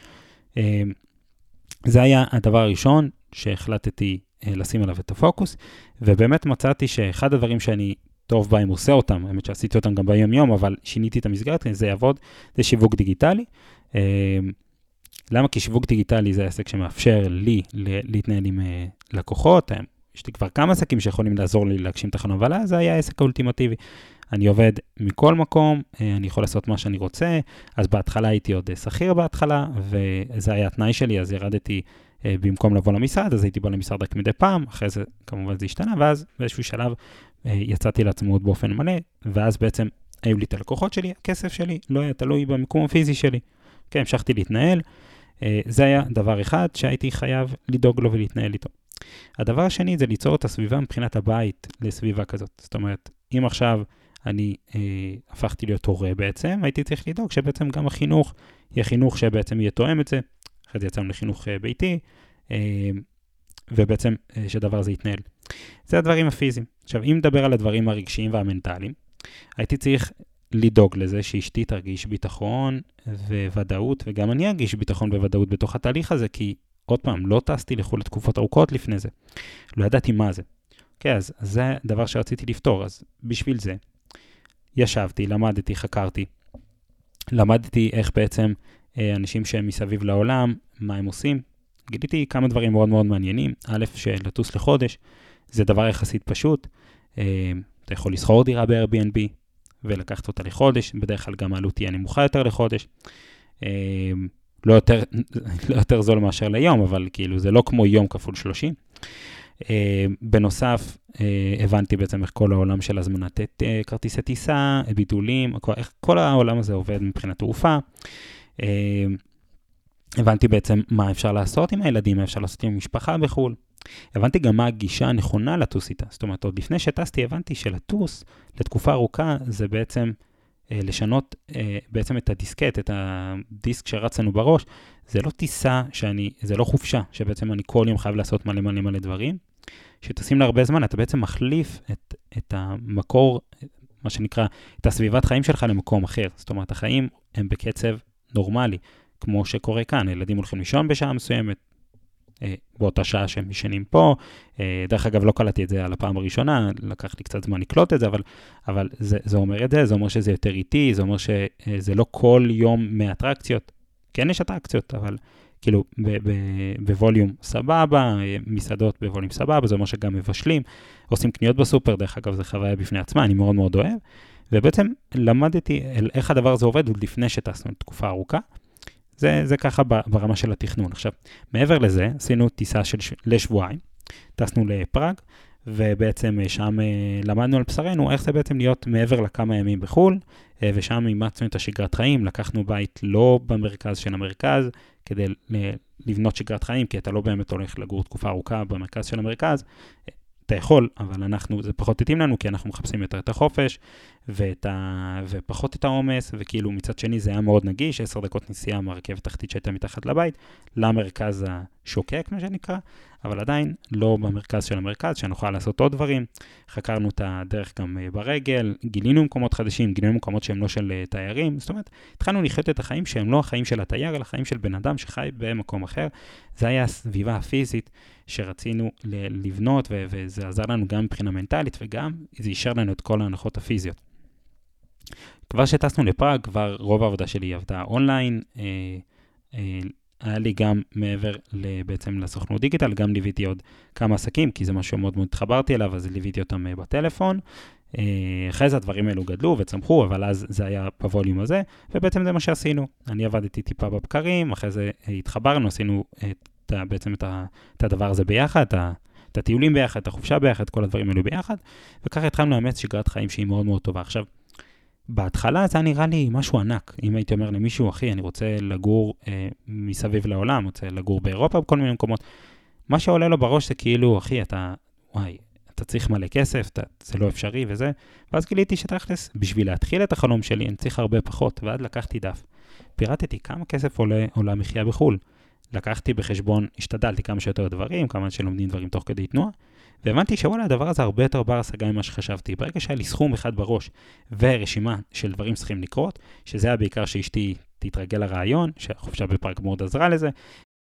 זה היה הדבר הראשון שהחלטתי לשים עליו את הפוקוס, ובאמת מצאתי שאחד הדברים שאני טוב בהם עושה אותם, האמת שעשיתי אותם גם ביום יום, אבל שיניתי את המסגרת, זה יעבוד, זה שיווק דיגיטלי. למה? כי שיווק דיגיטלי זה עסק שמאפשר לי להתנהל עם לקוחות, יש לי כבר כמה עסקים שיכולים לעזור לי להגשים את החלום, אבל זה היה העסק האולטימטיבי. אני עובד מכל מקום, אני יכול לעשות מה שאני רוצה, אז בהתחלה הייתי עוד שכיר בהתחלה, וזה היה התנאי שלי, אז ירדתי במקום לבוא למשרד, אז הייתי בא למשרד רק מדי פעם, אחרי זה כמובן זה השתנה, ואז באיזשהו שלב יצאתי לעצמאות באופן מלא, ואז בעצם היו לי את הלקוחות שלי, הכסף שלי לא היה תלוי במקום הפיזי שלי. כן, המשכתי להתנהל, זה היה דבר אחד שהייתי חייב לדאוג לו ולהתנהל איתו. הדבר השני זה ליצור את הסביבה מבחינת הבית לסביבה כזאת. זאת אומרת, אם עכשיו אני הפכתי להיות הורה בעצם, הייתי צריך לדאוג שבעצם גם החינוך יהיה חינוך שבעצם יהיה תואם את זה, אחרי זה יצאנו לחינוך ביתי, ובעצם שדבר זה יתנהל. זה הדברים הפיזיים. עכשיו, אם נדבר על הדברים הרגשיים והמנטליים, הייתי צריך לדאוג לזה שאשתי תרגיש ביטחון וודאות, וגם אני ארגיש ביטחון וודאות בתוך התהליך הזה, כי עוד פעם, לא טסתי לחו"ל לתקופות ארוכות לפני זה. לא ידעתי מה זה. אוקיי, אז זה דבר שרציתי לפתור. אז בשביל זה, ישבתי, למדתי, חקרתי, למדתי איך בעצם אנשים שהם מסביב לעולם, מה הם עושים. גיליתי כמה דברים מאוד מאוד מעניינים. א', שלטוס לחודש, זה דבר יחסית פשוט. אתה יכול לסחור דירה ב-Airbnb, ולקחת אותה לחודש, בדרך כלל גם העלות תהיה נמוכה יותר לחודש. לא יותר זול מאשר ליום, אבל כאילו זה לא כמו יום כפול 30. בנוסף, הבנתי בעצם איך כל העולם של הזמנת כרטיסי טיסה, ביטולים, איך כל העולם הזה עובד מבחינת תעופה. הבנתי בעצם מה אפשר לעשות עם הילדים, מה אפשר לעשות עם משפחה בחו"ל. הבנתי גם מה הגישה הנכונה לטוס איתה. זאת אומרת, עוד לפני שטסתי, הבנתי שלטוס לתקופה ארוכה זה בעצם לשנות בעצם את הדיסקט, את הדיסק שרצנו בראש. זה לא טיסה זה לא חופשה, שבעצם אני כל יום חייב לעשות מלא דברים. שטסים להרבה זמן, אתה בעצם מחליף את המקור, מה שנקרא, את הסביבת חיים שלך למקום אחר. זאת אומרת, החיים הם בקצב נורמלי, כמו שקורה כאן. הילדים הולכים לישון בשעה מסוימת, באותה שעה שהם ישנים פה. דרך אגב, לא קלטתי את זה על הפעם הראשונה, לקח לי קצת זמן לקלוט את זה, אבל זה אומר את זה, זה אומר שזה יותר איטי, זה אומר שזה לא כל יום מאטרקציות. כן יש אטרקציות, אבל כאילו בווליום סבבה, מסעדות בווליום סבבה, זה אומר שגם מבשלים, עושים קניות בסופר, דרך אגב זה חוויה בפני עצמה, אני מאוד מאוד אוהב, ובעצם למדתי איך הדבר הזה עובד עוד לפני שטסנו לתקופה ארוכה. זה ככה ברמה של התכנון. עכשיו, מעבר לזה, עשינו טיסה לשבועיים, טסנו לפראג, ובעצם שם למדנו על בשרנו איך זה בעצם להיות מעבר לכמה ימים בחול, ושם אימצנו את השגרת חיים, לקחנו בית לא במרכז של המרכז, כדי לבנות שגרת חיים, כי אתה לא באמת הולך לגור תקופה ארוכה במרכז של המרכז, אתה יכול, אבל זה פחות התאים לנו, כי אנחנו מחפשים יותר את החופש, ופחות את העומס, וכאילו מצד שני זה היה מאוד נגיש, 10 דקות נסיעה מהרכבת תחתית שהייתה מתחת לבית, למרכז השוקק, מה שנקרא, אבל עדיין לא במרכז של המרכז, שנוכל לעשות עוד דברים. חקרנו את הדרך גם ברגל, גילינו מקומות חדשים, גילינו מקומות שהם לא של תיירים, זאת אומרת, התחלנו לחיות את החיים שהם לא החיים של התייר, אלא החיים של בן אדם שחי במקום אחר. זה היה הסביבה הפיזית שרצינו לבנות, וזה עזר לנו גם מבחינה מנטלית, וגם זה יישר לנו את כל ההנחות הפיזיות. כבר שטסנו לפראג, כבר רוב העבודה שלי עבדה אונליין, היה לי גם מעבר בעצם לסוכנות דיגיטל, גם ליוויתי עוד כמה עסקים, כי זה משהו מאוד מאוד התחברתי אליו, אז ליוויתי אותם בטלפון. אחרי זה הדברים האלו גדלו וצמחו, אבל אז זה היה בווליום הזה, ובעצם זה מה שעשינו. אני עבדתי טיפה בבקרים, אחרי זה התחברנו, עשינו בעצם את הדבר הזה ביחד, את הטיולים ביחד, את החופשה ביחד, את כל הדברים האלו ביחד, וככה התחלנו לאמץ שגרת חיים שהיא מאוד מאוד טובה. עכשיו, בהתחלה זה נראה לי משהו ענק. אם הייתי אומר למישהו, אחי, אני רוצה לגור מסביב לעולם, רוצה לגור באירופה בכל מיני מקומות, מה שעולה לו בראש זה כאילו, אחי, אתה צריך מלא כסף, זה לא אפשרי וזה. ואז גיליתי שתכלס, בשביל להתחיל את החלום שלי, אני צריך הרבה פחות, ועד לקחתי דף. פירטתי כמה כסף עולה מחיה בחול. לקחתי בחשבון, השתדלתי כמה שיותר דברים, כמה שלומדים דברים תוך כדי תנועה, והבנתי שוואלה, הדבר הזה הרבה יותר בר השגה ממה שחשבתי. ברגע שהיה לי סכום אחד בראש, ורשימה של דברים צריכים לקרות, שזה היה בעיקר שאשתי תתרגל לרעיון, שהחופשה בפראג מאוד עזרה לזה,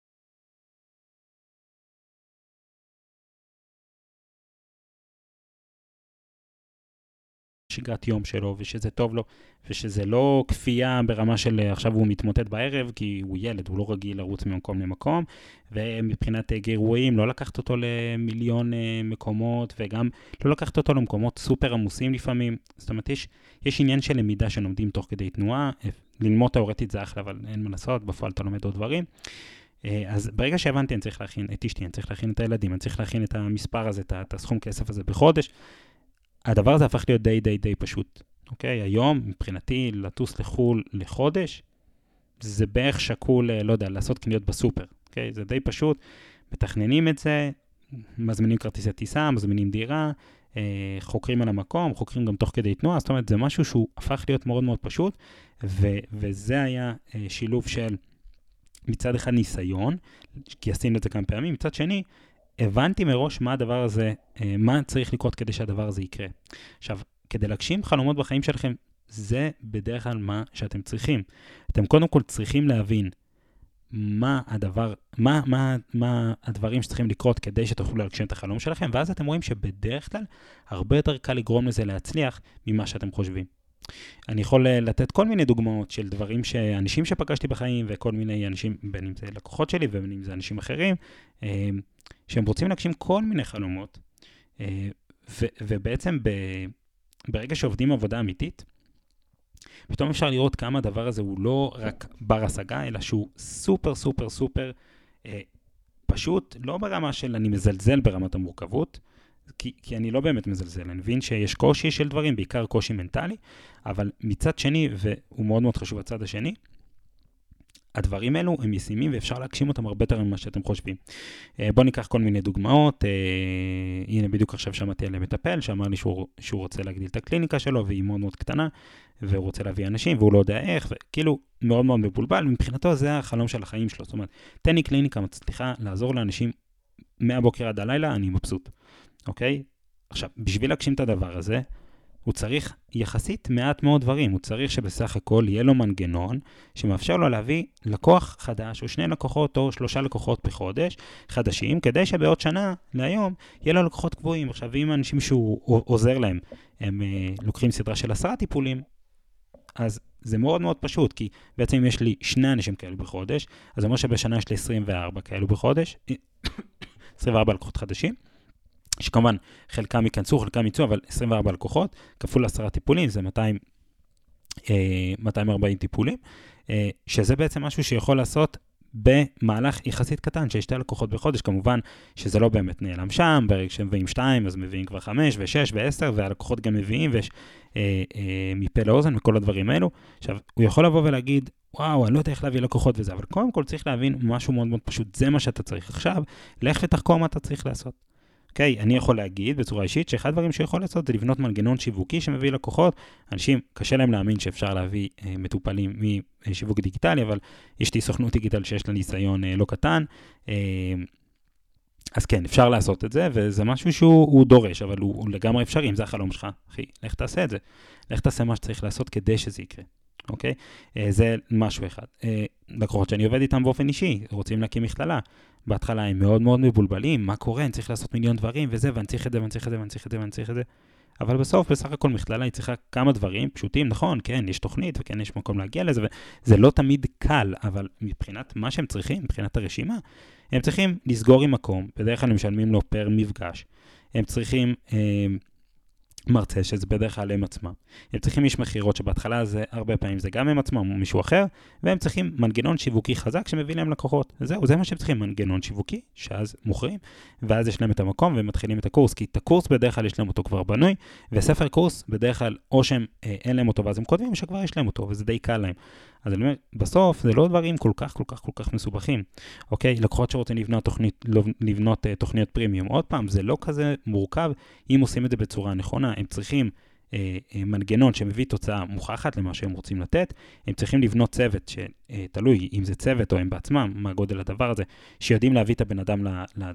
שגרת יום שלו, ושזה טוב לו, ושזה לא כפייה ברמה של עכשיו הוא מתמוטט בערב, כי הוא ילד, הוא לא רגיל לרוץ ממקום למקום, ומבחינת גירויים, לא לקחת אותו למיליון מקומות, וגם לא לקחת אותו למקומות סופר עמוסים לפעמים. זאת אומרת, יש עניין של למידה שלומדים תוך כדי תנועה, ללמוד תאורטית זה אחלה, אבל אין מה לעשות, בפועל אתה לומד עוד דברים. אז ברגע שהבנתי, אני צריך להכין את אשתי, אני צריך להכין את הילדים, אני צריך להכין את המספר הזה, את הסכום כסף הזה בחודש, הדבר הזה הפך להיות די פשוט. אוקיי? היום, מבחינתי, לטוס לחול לחודש, זה בערך שקול, לא יודע, לעשות קניות בסופר. אוקיי? זה די פשוט. מתכננים את זה, מזמינים כרטיסי טיסה, מזמינים דירה, חוקרים על המקום, חוקרים גם תוך כדי תנועה. זאת אומרת, זה משהו שהוא הפך להיות מאוד מאוד פשוט, וזה היה שילוב של מצד אחד ניסיון, כי עשינו את זה כמה פעמים, מצד שני, הבנתי מראש מה הדבר הזה, מה צריך לקרות כדי שהדבר הזה יקרה. עכשיו, כדי להגשים חלומות בחיים שלכם, זה בדרך כלל מה שאתם צריכים. אתם קודם כל צריכים להבין מה הדברים שצריכים לקרות כדי שתוכלו להגשים את החלום שלכם, ואז אתם רואים שבדרך כלל הרבה יותר קל לגרום לזה להצליח ממה שאתם חושבים. אני יכול לתת כל מיני דוגמאות של דברים שאנשים שפגשתי בחיים, וכל מיני אנשים, בין אם זה לקוחות שלי ובין אם זה אנשים אחרים, שהם רוצים להגשים כל מיני חלומות, ובעצם ברגע שעובדים עבודה אמיתית, פתאום אפשר לראות כמה הדבר הזה הוא לא רק בר השגה, אלא שהוא סופר פשוט, לא ברמה של אני מזלזל ברמת המורכבות, כי אני לא באמת מזלזל, אני מבין שיש קושי של דברים, בעיקר קושי מנטלי, אבל מצד שני, והוא מאוד מאוד חשוב הצד השני, הדברים האלו הם ישימים ואפשר להגשים אותם הרבה יותר ממה שאתם חושבים. בואו ניקח כל מיני דוגמאות. הנה בדיוק עכשיו שמעתי על מטפל שאמר לי שהוא רוצה להגדיל את הקליניקה שלו והיא מאוד מאוד קטנה והוא רוצה להביא אנשים והוא לא יודע איך וכאילו מאוד מאוד מבולבל. מבחינתו זה החלום של החיים שלו. זאת אומרת, תן לי קליניקה מצליחה לעזור לאנשים מהבוקר עד הלילה, אני מבסוט. אוקיי? עכשיו, בשביל להגשים את הדבר הזה, הוא צריך יחסית מעט מאוד דברים. הוא צריך שבסך הכל יהיה לו מנגנון שמאפשר לו להביא לקוח חדש, או 2 לקוחות, או 3 לקוחות בחודש חדשים, כדי שבעוד שנה, להיום, יהיה לו לקוחות קבועים. עכשיו, אם האנשים שהוא עוזר להם, הם לוקחים סדרה של 10 טיפולים, אז זה מאוד מאוד פשוט, כי בעצם אם יש לי 2 אנשים כאלו בחודש, אז זה אומר שבשנה יש לי 24 כאלו בחודש, 24 לקוחות חדשים, שכמובן חלקם ייכנסו, חלקם יצאו, אבל 24 לקוחות, כפול 10 טיפולים, זה 240 טיפולים, שזה בעצם משהו שיכול לעשות במהלך יחסית קטן, שיש 2 לקוחות בחודש, כמובן שזה לא באמת נעלם שם, ברגע שהם מביאים 2, אז מביאים כבר 5 ו-6 ו-10, והלקוחות גם מביאים, ויש מפה לאוזן וכל הדברים האלו. עכשיו, הוא יכול לבוא ולהגיד, וואו, אני לא יודע איך להביא לקוחות וזה, אבל קודם כל צריך להבין משהו מאוד מאוד פשוט, זה מה שאתה צריך עכשיו, לך ותחקור מה אתה צריך לעשות. אוקיי, אני יכול להגיד בצורה אישית שאחד הדברים שיכול לעשות זה לבנות מנגנון שיווקי שמביא לקוחות. אנשים, קשה להם להאמין שאפשר להביא מטופלים משיווק דיגיטלי, אבל יש לי סוכנות דיגיטל שיש לה ניסיון לא קטן, אז כן, אפשר לעשות את זה, וזה משהו שהוא דורש, אבל הוא לגמרי אפשרי, אם זה החלום שלך, אחי, לך תעשה את זה. לך תעשה מה שצריך לעשות כדי שזה יקרה. אוקיי? זה משהו אחד. לקוחות שאני עובד איתם באופן אישי, רוצים להקים מכללה. בהתחלה הם מאוד מאוד מבולבלים, מה קורה? אני צריך לעשות מיליון דברים וזה, ואני צריך את זה, ואני צריך את זה, ואני צריך את זה, ואני צריך את זה. אבל בסוף, בסך הכל מכללה, היא צריכה כמה דברים פשוטים, נכון, כן, יש תוכנית, וכן, יש מקום להגיע לזה, וזה לא תמיד קל, אבל מבחינת מה שהם צריכים, מבחינת הרשימה, הם צריכים לסגור עם מקום, בדרך כלל הם משלמים לו פר מפגש. הם צריכים מרצה, שזה בדרך כלל הם עצמם. הם צריכים איש מחירות, שבהתחלה זה הרבה פעמים זה גם הם עצמם או מישהו אחר, והם צריכים מנגנון שיווקי חזק שמביא להם לקוחות. זהו, זה מה שהם צריכים, מנגנון שיווקי, שאז מוכרים, ואז יש להם את המקום והם מתחילים את הקורס, כי את הקורס בדרך כלל יש להם אותו כבר בנוי, וספר קורס בדרך כלל או שהם אין להם אותו, ואז הם כותבים שכבר יש להם אותו, וזה די קל להם. אז אני אומר, בסוף זה לא דברים כל כך מסובכים. אוקיי? לקוחות שרוצים לבנות תוכניות פרימיום. עוד פעם, זה לא כזה מורכב אם עושים את זה בצורה נכונה. הם צריכים מנגנון שמביא תוצאה מוכחת למה שהם רוצים לתת. הם צריכים לבנות צוות שתלוי אם זה צוות או הם בעצמם, מה גודל הדבר הזה, שיודעים להביא את הבן אדם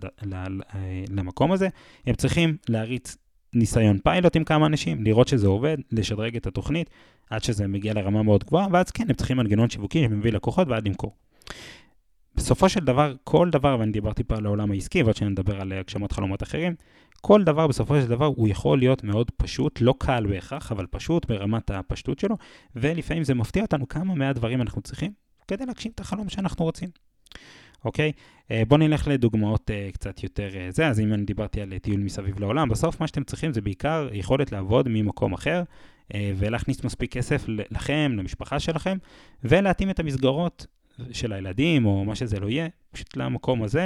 למקום הזה. הם צריכים להריץ ניסיון פיילוט עם כמה אנשים, לראות שזה עובד, לשדרג את התוכנית, עד שזה מגיע לרמה מאוד גבוהה, ואז כן, הם צריכים מנגנון שיווקי שמביא לקוחות ועד למכור. בסופו של דבר, כל דבר, ואני דיברתי פה על העולם העסקי, ועד שנדבר על הגשמות חלומות אחרים, כל דבר בסופו של דבר הוא יכול להיות מאוד פשוט, לא קל בהכרח, אבל פשוט ברמת הפשטות שלו, ולפעמים זה מפתיע אותנו כמה מהדברים אנחנו צריכים, כדי להגשים את החלום שאנחנו רוצים. אוקיי? בואו נלך לדוגמאות קצת יותר זה, אז אם אני דיברתי על טיול מסביב לעולם, בסוף מה שאתם צריכים זה בעיקר יכולת לעבוד ממקום אחר, ולהכניס מספיק כסף לכם, למשפחה שלכם, ולהתאים את המסגרות של הילדים, או מה שזה לא יהיה, פשוט למקום הזה,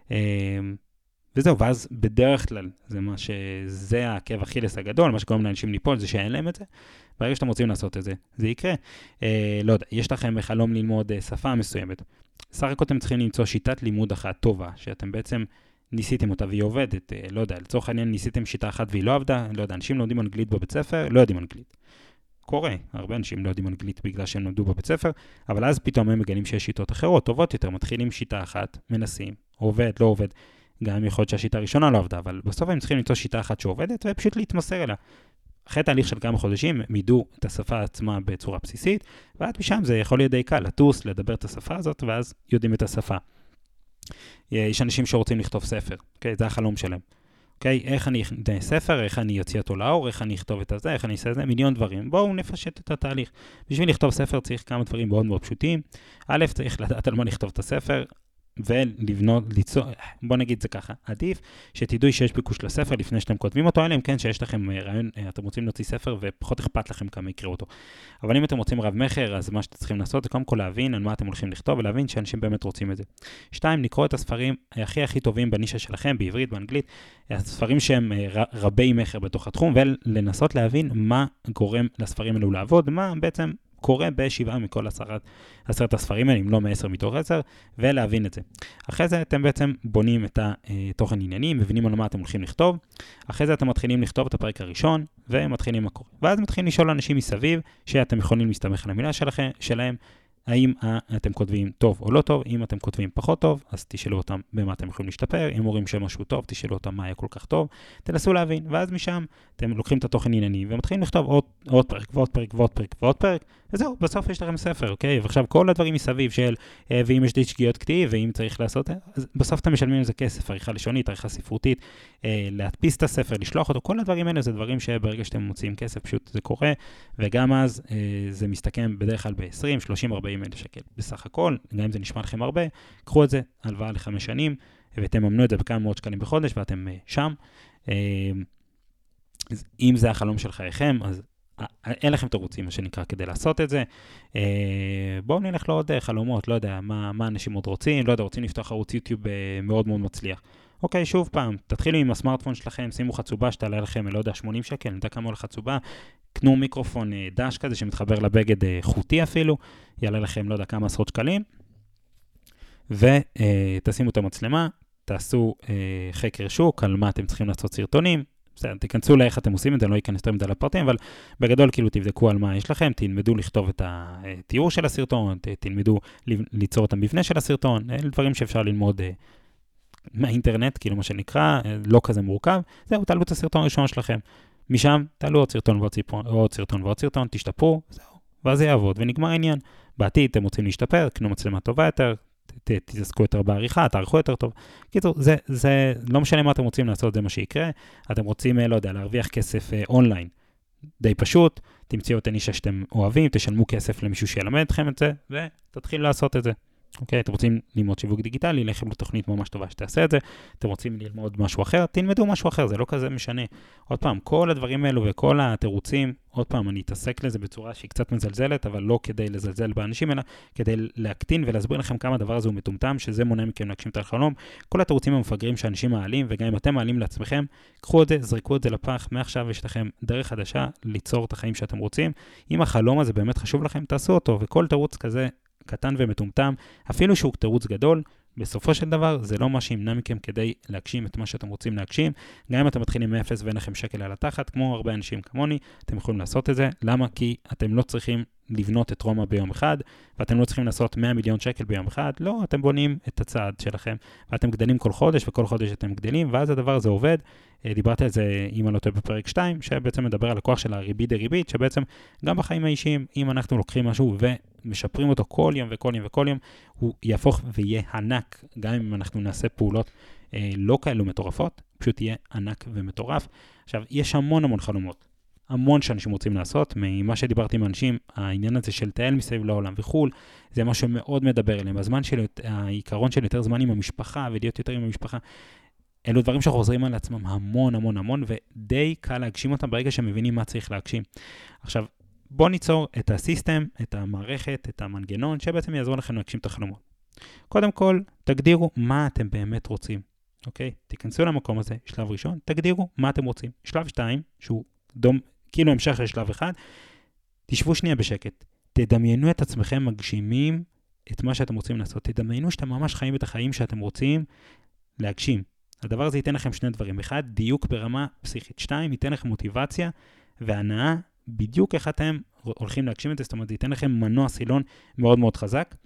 וזהו, ואז בדרך כלל, זה העקב אכילס הגדול, מה שקוראים לאנשים ליפול, זה שאין להם את זה, ברגע שאתם רוצים לעשות את זה, זה יקרה. לא יודע, יש לכם חלום ללמוד שפה מסוימת, סך הכל אתם צריכים למצוא שיטת לימוד אחת טובה, שאתם בעצם ניסיתם אותה והיא עובדת, לא יודע, לצורך העניין ניסיתם שיטה אחת והיא לא עבדה, לא יודע, אנשים לומדים אנגלית בבית ספר, לא יודעים אנגלית. קורה, הרבה אנשים לא יודעים אנגלית בגלל שהם למדו בבית ספר, אבל אז פתאום הם מגלים שיש שיטות אחרות, טובות יותר, מתחילים שיטה אחת, מנסים, עובד, לא עובד, גם יכול להיות שהשיטה הראשונה לא עבדה, אבל בסוף הם צריכים למצוא שיטה אחת שעובדת ופשוט להתמסר אליה. אחרי תהליך של כמה חודשים, הם ידעו את השפה עצמה בצורה בסיסית, ועד משם זה יכול להיות די קל, לטוס, לדבר את השפה הזאת, ואז יודעים את השפה. יש אנשים שרוצים לכתוב ספר, אוקיי? זה החלום שלהם. אוקיי? איך אני אכתוב ספר, איך אני אוציא אותו לאור, איך אני אכתוב את זה, איך אני אעשה את זה, מיליון דברים. בואו נפשט את התהליך. בשביל לכתוב ספר צריך כמה דברים מאוד מאוד פשוטים. א', צריך לדעת על מה לכתוב את הספר, ולבנות, בוא נגיד זה ככה, עדיף שתדעו שיש ביקוש לספר לפני שאתם כותבים אותו, אלא אם כן שיש לכם רעיון, אתם רוצים להוציא ספר ופחות אכפת לכם כמה יקראו אותו. אבל אם אתם רוצים רב מחר, אז מה שאתם צריכים לעשות זה קודם כל להבין על מה אתם הולכים לכתוב, ולהבין שאנשים באמת רוצים את זה. 2, לקרוא את הספרים הכי טובים בנישה שלכם, בעברית, באנגלית, הספרים שהם רבי מחר בתוך התחום, ולנסות להבין מה גורם לספרים האלו לעבוד, מה בעצם קורה ב7 מכל 10 הספרים האלה, אם לא מ10 מתוך 10, ולהבין את זה. אחרי זה אתם בעצם בונים את התוכן עניינים, מבינים על מה אתם הולכים לכתוב, אחרי זה אתם מתחילים לכתוב את הפרק הראשון, ומתחילים מה קורה. ואז מתחילים לשאול אנשים מסביב, שאתם יכולים להסתמך על המילה שלהם, האם אתם כותבים טוב או לא טוב, אם אתם כותבים פחות טוב, אז תשאלו אותם במה אתם יכולים להשתפר, אם אומרים שמשהו טוב, תשאלו אותם מה היה כל כך טוב, תנסו להבין, ואז משם אתם לוקחים את התוכן ענייני, ומתחילים לכתוב עוד פרק ועוד פרק ועוד פרק ועוד פרק, וזהו, בסוף יש לכם ספר, אוקיי? ועכשיו כל הדברים מסביב של, ואם יש די שגיאות כתיב, ואם צריך לעשות, אז בסוף אתם משלמים לזה כסף, עריכה לשונית, עריכה ספרותית, להדפיס את הספר, לשלוח אותו, כל הדברים האלה זה דברים שברגע שאתם מוציאים כסף, פשוט זה קורה, וגם אז זה מסתכם בדרך כלל ב-20, 30, 40 אלף שקל. בסך הכל, גם אם זה נשמע לכם הרבה, קחו את זה, הלוואה ל5 שנים, ותממנו את זה בכמה מאות שקלים בחודש, ואתם שם. אם זה החלום של חייכם, אז אין לכם תירוצים, מה שנקרא, כדי לעשות את זה. בואו נלך לעוד חלומות, לא יודע, מה אנשים עוד רוצים, לא יודע, רוצים לפתוח ערוץ יוטיוב מאוד מאוד מצליח. אוקיי, שוב פעם, תתחילו עם הסמארטפון שלכם, שימו חצובה שתעלה לכם, לא יודע, 80 שקל, נדע כמה עולה חצובה, קנו מיקרופון דש כזה שמתחבר לבגד חוטי אפילו, יעלה לכם, לא יודע, כמה עשרות שקלים, ותשימו את המצלמה, תעשו חקר שוק, על מה אתם צריכים לעשות סרטונים, בסדר, תיכנסו לאיך אתם עושים את זה, לא ייכנס יותר מדי לפרטים, אבל בגדול כאילו תבדקו על מה יש לכם, תלמדו לכתוב את התיאור של הסרטון, תלמדו ליצור את המבנה של הסרטון, אלה דברים שאפשר ללמוד מהאינטרנט, כאילו מה שנקרא, לא כזה מורכב, זהו, תעלו את הסרטון הראשון שלכם. משם תעלו עוד סרטון ועוד סרטון ועוד סרטון, תשתפרו, זהו, ואז זה יעבוד, ונגמר העניין. בעתיד אתם רוצים להשתפר, קנו מצלמה טובה יותר, תתעסקו יותר בעריכה, תערכו יותר טוב. קיצור, זה לא משנה מה אתם רוצים לעשות, זה מה שיקרה. אתם רוצים, לא יודע, להרוויח כסף אונליין. די פשוט, תמצאו את הנישה שאתם אוהבים, תשלמו כסף למישהו שילמד אתכם את זה, ותתחילו לעשות את זה. אוקיי, אתם רוצים ללמוד שיווק דיגיטלי, לכם לתוכנית ממש טובה שתעשה את זה, אתם רוצים ללמוד משהו אחר, תלמדו משהו אחר, זה לא כזה משנה. עוד פעם, כל הדברים האלו וכל התירוצים, עוד פעם, אני אתעסק לזה בצורה שהיא קצת מזלזלת, אבל לא כדי לזלזל באנשים, אלא כדי להקטין ולהסביר לכם כמה הדבר הזה הוא מטומטם, שזה מונע מכם להגשים את החלום. כל התירוצים המפגרים שאנשים מעלים, וגם אם אתם מעלים לעצמכם, קחו את זה, זרקו את זה לפח, מעכשיו יש לכם דרך חדשה ליצור את החיים שאתם רוצים. אם החלום הזה באמת חשוב לכם, תעשו אותו, וכל תירוץ כזה קטן ומטומטם, אפילו שהוא תירוץ גדול, בסופו של דבר זה לא מה שימנע מכם כדי להגשים את מה שאתם רוצים להגשים. גם אם אתם מתחילים מאפס ואין לכם שקל על התחת, כמו הרבה אנשים כמוני, אתם יכולים לעשות את זה. למה? כי אתם לא צריכים לבנות את רומא ביום אחד, ואתם לא צריכים לעשות 100 מיליון שקל ביום אחד. לא, אתם בונים את הצעד שלכם, ואתם גדלים כל חודש, וכל חודש אתם גדלים, ואז הדבר הזה עובד. דיברתי על זה, אם אני לא טועה, בפרק 2, שבעצם מדבר על הכוח של הריבית דריבית, שבעצם גם בחיים האישיים, אם אנחנו לוקחים משהו ומשפרים אותו כל יום וכל יום וכל יום, הוא יהפוך ויהיה ענק, גם אם אנחנו נעשה פעולות לא כאלו מטורפות, פשוט יהיה ענק ומטורף. עכשיו, יש המון חלומות, המון שאנשים רוצים לעשות, ממה שדיברתי עם אנשים, העניין הזה של טייל מסביב לעולם וחול, זה משהו שמאוד מדבר אליהם, העיקרון של יותר זמן עם המשפחה, ולהיות יותר עם המשפחה, אלו דברים שחוזרים על עצמם המון, ודי קל להגשים אותם ברגע שמבינים מה צריך להגשים. עכשיו, בואו ניצור את הסיסטם, את המערכת, את המנגנון, שבעצם יעזור לכם להגשים את החלומות. קודם כל, תגדירו מה אתם באמת רוצים, אוקיי? תיכנסו למקום הזה, שלב ראשון, תגדירו מה אתם רוצים. שלב 2, שהוא כאילו המשך לשלב 1, תשבו שנייה בשקט. תדמיינו את עצמכם מגשימים את מה שאתם רוצים לעשות. תדמיינו שאתם ממש חיים את החיים שאתם רוצים להגשים. הדבר הזה ייתן לכם שני דברים. אחד, דיוק ברמה פסיכית. 2, ייתן לכם מוטיבציה והנאה בדיוק איך אתם הולכים להגשים את זה. זאת אומרת, ייתן לכם מנוע סילון מאוד מאוד חזק.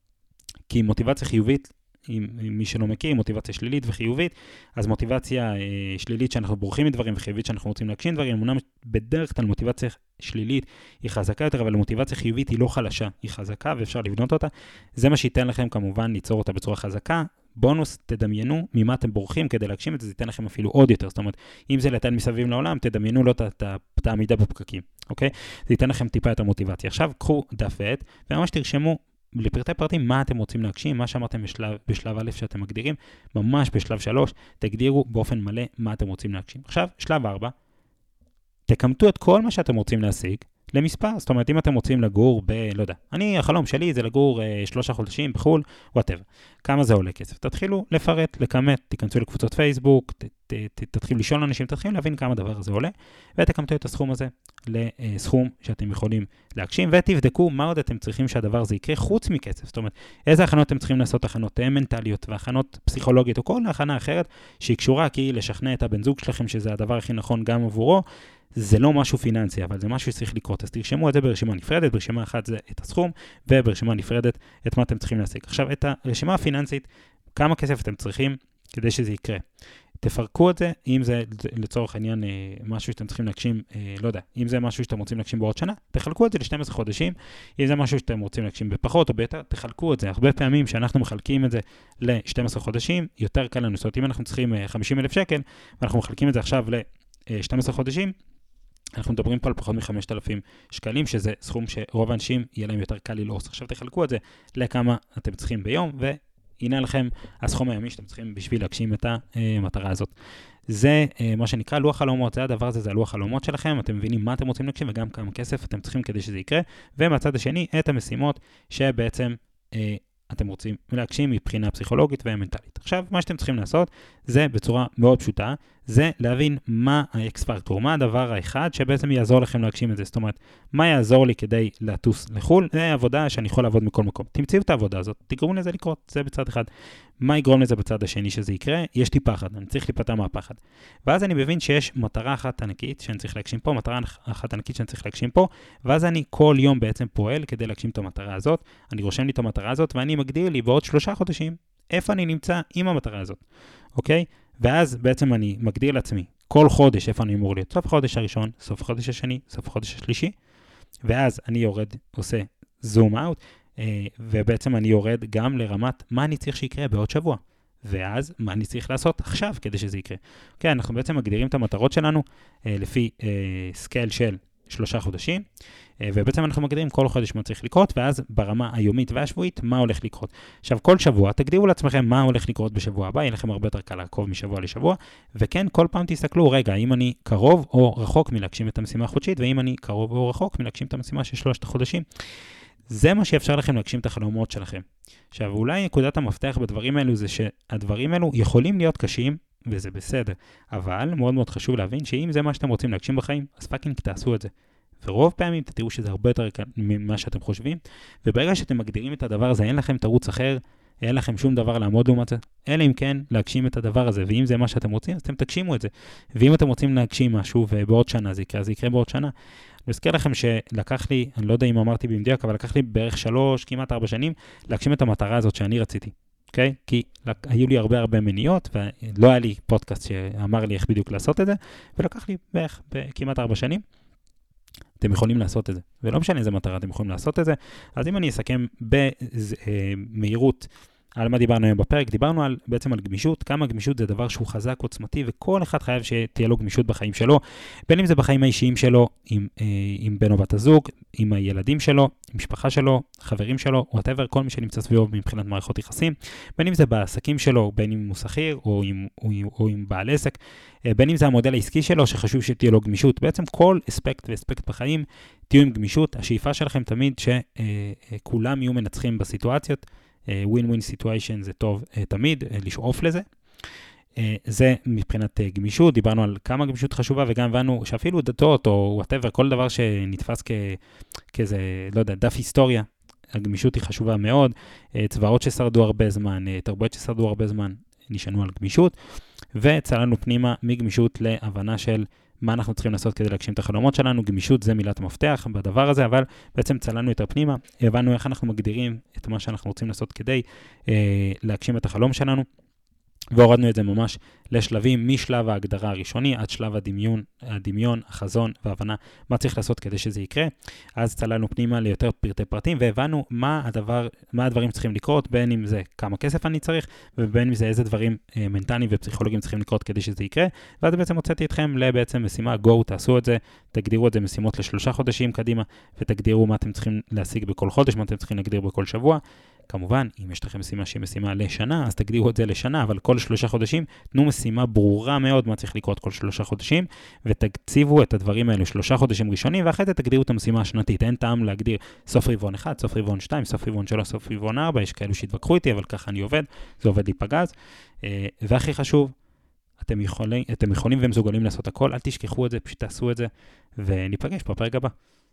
כי מוטיבציה חיובית, מי שלא מכיר, מוטיבציה שלילית וחיובית, אז מוטיבציה שלילית שאנחנו בורחים מדברים וחיובית שאנחנו רוצים להגשים דברים, אמנם בדרך כלל מוטיבציה שלילית היא חזקה יותר, אבל מוטיבציה חיובית היא לא חלשה, היא חזקה ואפשר לבנות אותה. זה מה שייתן לכם כמובן ליצור אותה בצורה חזקה. בונוס, תדמיינו ממה אתם בורחים כדי להגשים את זה, זה ייתן לכם אפילו עוד יותר. זאת אומרת, אם זה לטייל מסביב לעולם, תדמיינו לא את העמידה בפקקים, אוקיי? זה ייתן לכם טיפה את המוטיבציה. עכשיו, קחו דף ועט, וממש תרשמו לפרטי פרטים מה אתם רוצים להגשים, מה שאמרתם בשלב א' שאתם מגדירים, ממש בשלב 3, תגדירו באופן מלא מה אתם רוצים להגשים. עכשיו, שלב 4, תקמתו את כל מה שאתם רוצים להשיג למספר. זאת אומרת, אם אתם רוצים לגור לא יודע, החלום שלי זה לגור 3 חודשים בחול, whatever. כמה זה עולה כסף? תתחילו לפרט, לכמת, תיכנסו לקבוצות פייסבוק, תתחילו לשאול אנשים, תתחילו להבין כמה דבר זה עולה, ותקמתו את הסכום הזה לסכום שאתם יכולים להגשים, ותבדקו מה עוד אתם צריכים שהדבר הזה יקרה חוץ מכסף. זאת אומרת, איזה הכנות אתם צריכים לעשות, הכנות מנטליות והכנות פסיכולוגיות, או כל הכנה אחרת שהיא קשורה, כי לשכנע את הבן זוג שלכם שזה הדבר הכי נכון גם עבורו, זה לא משהו פיננסי, אבל זה משהו שצריך לקרות. אז תרשמו את זה ברשימה נפרדת, ברשימה אחת זה את הסכום, וברשימה נפרדת את מה אתם צריכים להשיג. עכשיו, את הרשימה הפיננסית, כמה כסף אתם צריכים כדי שזה יקרה. תפרקו את זה, אם זה לצורך העניין משהו שאתם צריכים להגשים, לא יודע, אם זה משהו שאתם רוצים להגשים בעוד שנה, תחלקו את זה ל-12 חודשים, אם זה משהו שאתם רוצים להגשים בפחות או ביותר, תחלקו את זה. הרבה פעמים שאנחנו מחלקים את זה ל-12 חודשים, יותר קל לנו. זאת אומרת, אם אנחנו צריכים 50,000 שקל, ואנחנו מחלקים את זה עכשיו ל-12 חודשים, אנחנו מדברים פה על פחות מ-5,000 שקלים, שזה סכום שרוב האנשים יהיה להם יותר קל ללעוס. עכשיו תחלקו את זה לכמה אתם צריכים ביום, הנה לכם הסכום היומי שאתם צריכים בשביל להגשים את המטרה הזאת. זה מה שנקרא לוח חלומות, זה הדבר הזה, זה הלוח חלומות שלכם, אתם מבינים מה אתם רוצים להגשים וגם כמה כסף אתם צריכים כדי שזה יקרה, ומהצד השני את המשימות שבעצם אתם רוצים להגשים מבחינה פסיכולוגית ומנטלית. עכשיו, מה שאתם צריכים לעשות זה בצורה מאוד פשוטה, זה להבין מה האקס פקטור, מה הדבר האחד שבעצם יעזור לכם להגשים את זה. זאת אומרת, מה יעזור לי כדי לטוס לחול? זה עבודה שאני יכול לעבוד מכל מקום. תמצאו את העבודה הזאת, תגרמו לזה לקרות, זה בצד אחד. מה יגרום לזה בצד השני שזה יקרה? יש לי פחד, אני צריך להיפטר מהפחד. ואז אני מבין שיש מטרה אחת ענקית שאני צריך להגשים פה, מטרה אחת ענקית שאני צריך להגשים פה, ואז אני כל יום בעצם פועל כדי להגשים את המטרה הזאת. אני רושם לי את המטרה הזאת ואני מגדיר לי בעוד 3 חודשים איפה אני נמצא עם המטרה הזאת. אוקיי? ואז בעצם אני מגדיר לעצמי כל חודש איפה אני אמור להיות. סוף החודש הראשון, סוף החודש השני, סוף החודש השלישי, ואז אני יורד, עושה זום אאוט, ובעצם אני יורד גם לרמת מה אני צריך שיקרה בעוד שבוע. ואז מה אני צריך לעשות עכשיו כדי שזה יקרה. אוקיי, אנחנו בעצם מגדירים את המטרות שלנו לפי סקייל של 3 חודשים, ובעצם אנחנו מגדירים כל חודש מה צריך לקרות, ואז ברמה היומית והשבועית מה הולך לקרות. עכשיו, כל שבוע תגדירו לעצמכם מה הולך לקרות בשבוע הבא, יהיה לכם הרבה יותר קל לעקוב משבוע לשבוע, וכן, כל פעם תסתכלו, רגע, האם אני קרוב או רחוק מלהגשים את המשימה החודשית, ואם אני קרוב או רחוק מלהגשים את המשימה של 3 חודשים. זה מה שיאפשר לכם להגשים את החלומות שלכם. עכשיו, אולי נקודת המפתח בדברים האלו זה שהדברים האלו יכולים להיות קשים, וזה בסדר, אבל מאוד מאוד חשוב להבין שאם זה מה שאתם רוצים להגשים בחיים, אז פאקינג תעשו את זה. ורוב פעמים תראו שזה הרבה יותר ממה שאתם חושבים, וברגע שאתם מגדירים את הדבר הזה, אין לכם תירוץ אחר, אין לכם שום דבר לעמוד לעומת זה, אלא אם כן להגשים את הדבר הזה, ואם זה מה שאתם רוצים, אז אתם תגשימו את זה. ואם אתם רוצים להגשים משהו, ובעוד שנה זה יקרה, אז יקרה בעוד שנה. אני מזכיר לכם שלקח לי, אני לא יודע אם אמרתי במדויק, אבל לקח לי בערך 3, כמעט 4 שנים, להגשים את המטרה הזאת שאני רציתי. אוקיי? כי היו לי הרבה מניעות, ולא היה לי פודקאסט שאמר לי איך בדיוק לעשות את זה, ולקח לי בערך כמעט 4 שנים. אתם יכולים לעשות את זה. ולא משנה איזה מטרה, אתם יכולים לעשות את זה. אז אם אני אסכם במהירות על מה דיברנו היום בפרק, דיברנו בעצם על גמישות, כמה גמישות זה דבר שהוא חזק, עוצמתי, וכל אחד חייב שתהיה לו גמישות בחיים שלו, בין אם זה בחיים האישיים שלו, עם בן או בת הזוג, עם הילדים שלו, עם משפחה שלו, חברים שלו, whatever, כל מי שנמצא סביבו מבחינת מערכות יחסים, בין אם זה בעסקים שלו, בין אם הוא שכיר, או עם בעל עסק, בין אם זה המודל העסקי שלו, שחשוב שתהיה לו גמישות. בעצם כל אספקט ואספקט בחיים, תהיו עם גמישות. השאיפה שלכם תמיד שכולם יהיו מנצחים בסיטואציות, win-win situation זה טוב תמיד, לשאוף לזה. זה מבחינת גמישות, דיברנו על כמה גמישות חשובה, וגם הבנו שאפילו דתות או whatever, כל דבר שנתפס כאיזה, לא יודע, דף היסטוריה, הגמישות היא חשובה מאוד, צבאות ששרדו הרבה זמן, תרבויות ששרדו הרבה זמן, נשענו על גמישות, וצללנו פנימה מגמישות להבנה של מה אנחנו צריכים לעשות כדי להגשים את החלומות שלנו. גמישות זה מילת מפתח בדבר הזה, אבל בעצם צללנו יותר פנימה, הבנו איך אנחנו מגדירים את מה שאנחנו רוצים לעשות כדי להגשים את החלום שלנו, והורדנו את זה ממש לשלבים, משלב ההגדרה הראשוני עד שלב הדמיון, החזון והבנה מה צריך לעשות כדי שזה יקרה. אז צללנו פנימה ליותר פרטי פרטים, והבנו מה הדברים צריכים לקרות, בין אם זה כמה כסף אני צריך, ובין אם זה איזה דברים מנטליים ופסיכולוגיים צריכים לקרות כדי שזה יקרה. ואז בעצם הוצאתי אתכם לבעצם משימה, go, תעשו את זה, תגדירו את זה משימות ל3 חודשים קדימה, ותגדירו מה אתם צריכים להשיג בכל חודש, מה אתם צריכים להגדיר בכל שבוע. כמובן, אם יש לכם משימה שהיא משימה לשנה, אז תגדירו את זה לשנה, אבל כל 3 חודשים, תנו משימה ברורה מאוד מה צריך לקרות כל 3 חודשים, ותקציבו את הדברים האלו 3 חודשים ראשונים, ואחרי זה תגדירו את המשימה השנתית. אין טעם להגדיר סוף רבעון 1, סוף רבעון 2, סוף רבעון 3, סוף רבעון 4, יש כאלו שהתווכחו איתי, אבל ככה אני עובד, זה עובד לי פגז. והכי חשוב, אתם יכולים ומסוגלים לעשות הכל, אל תשכחו את זה, פשוט תעשו את זה, וניפגש בפרק הבא.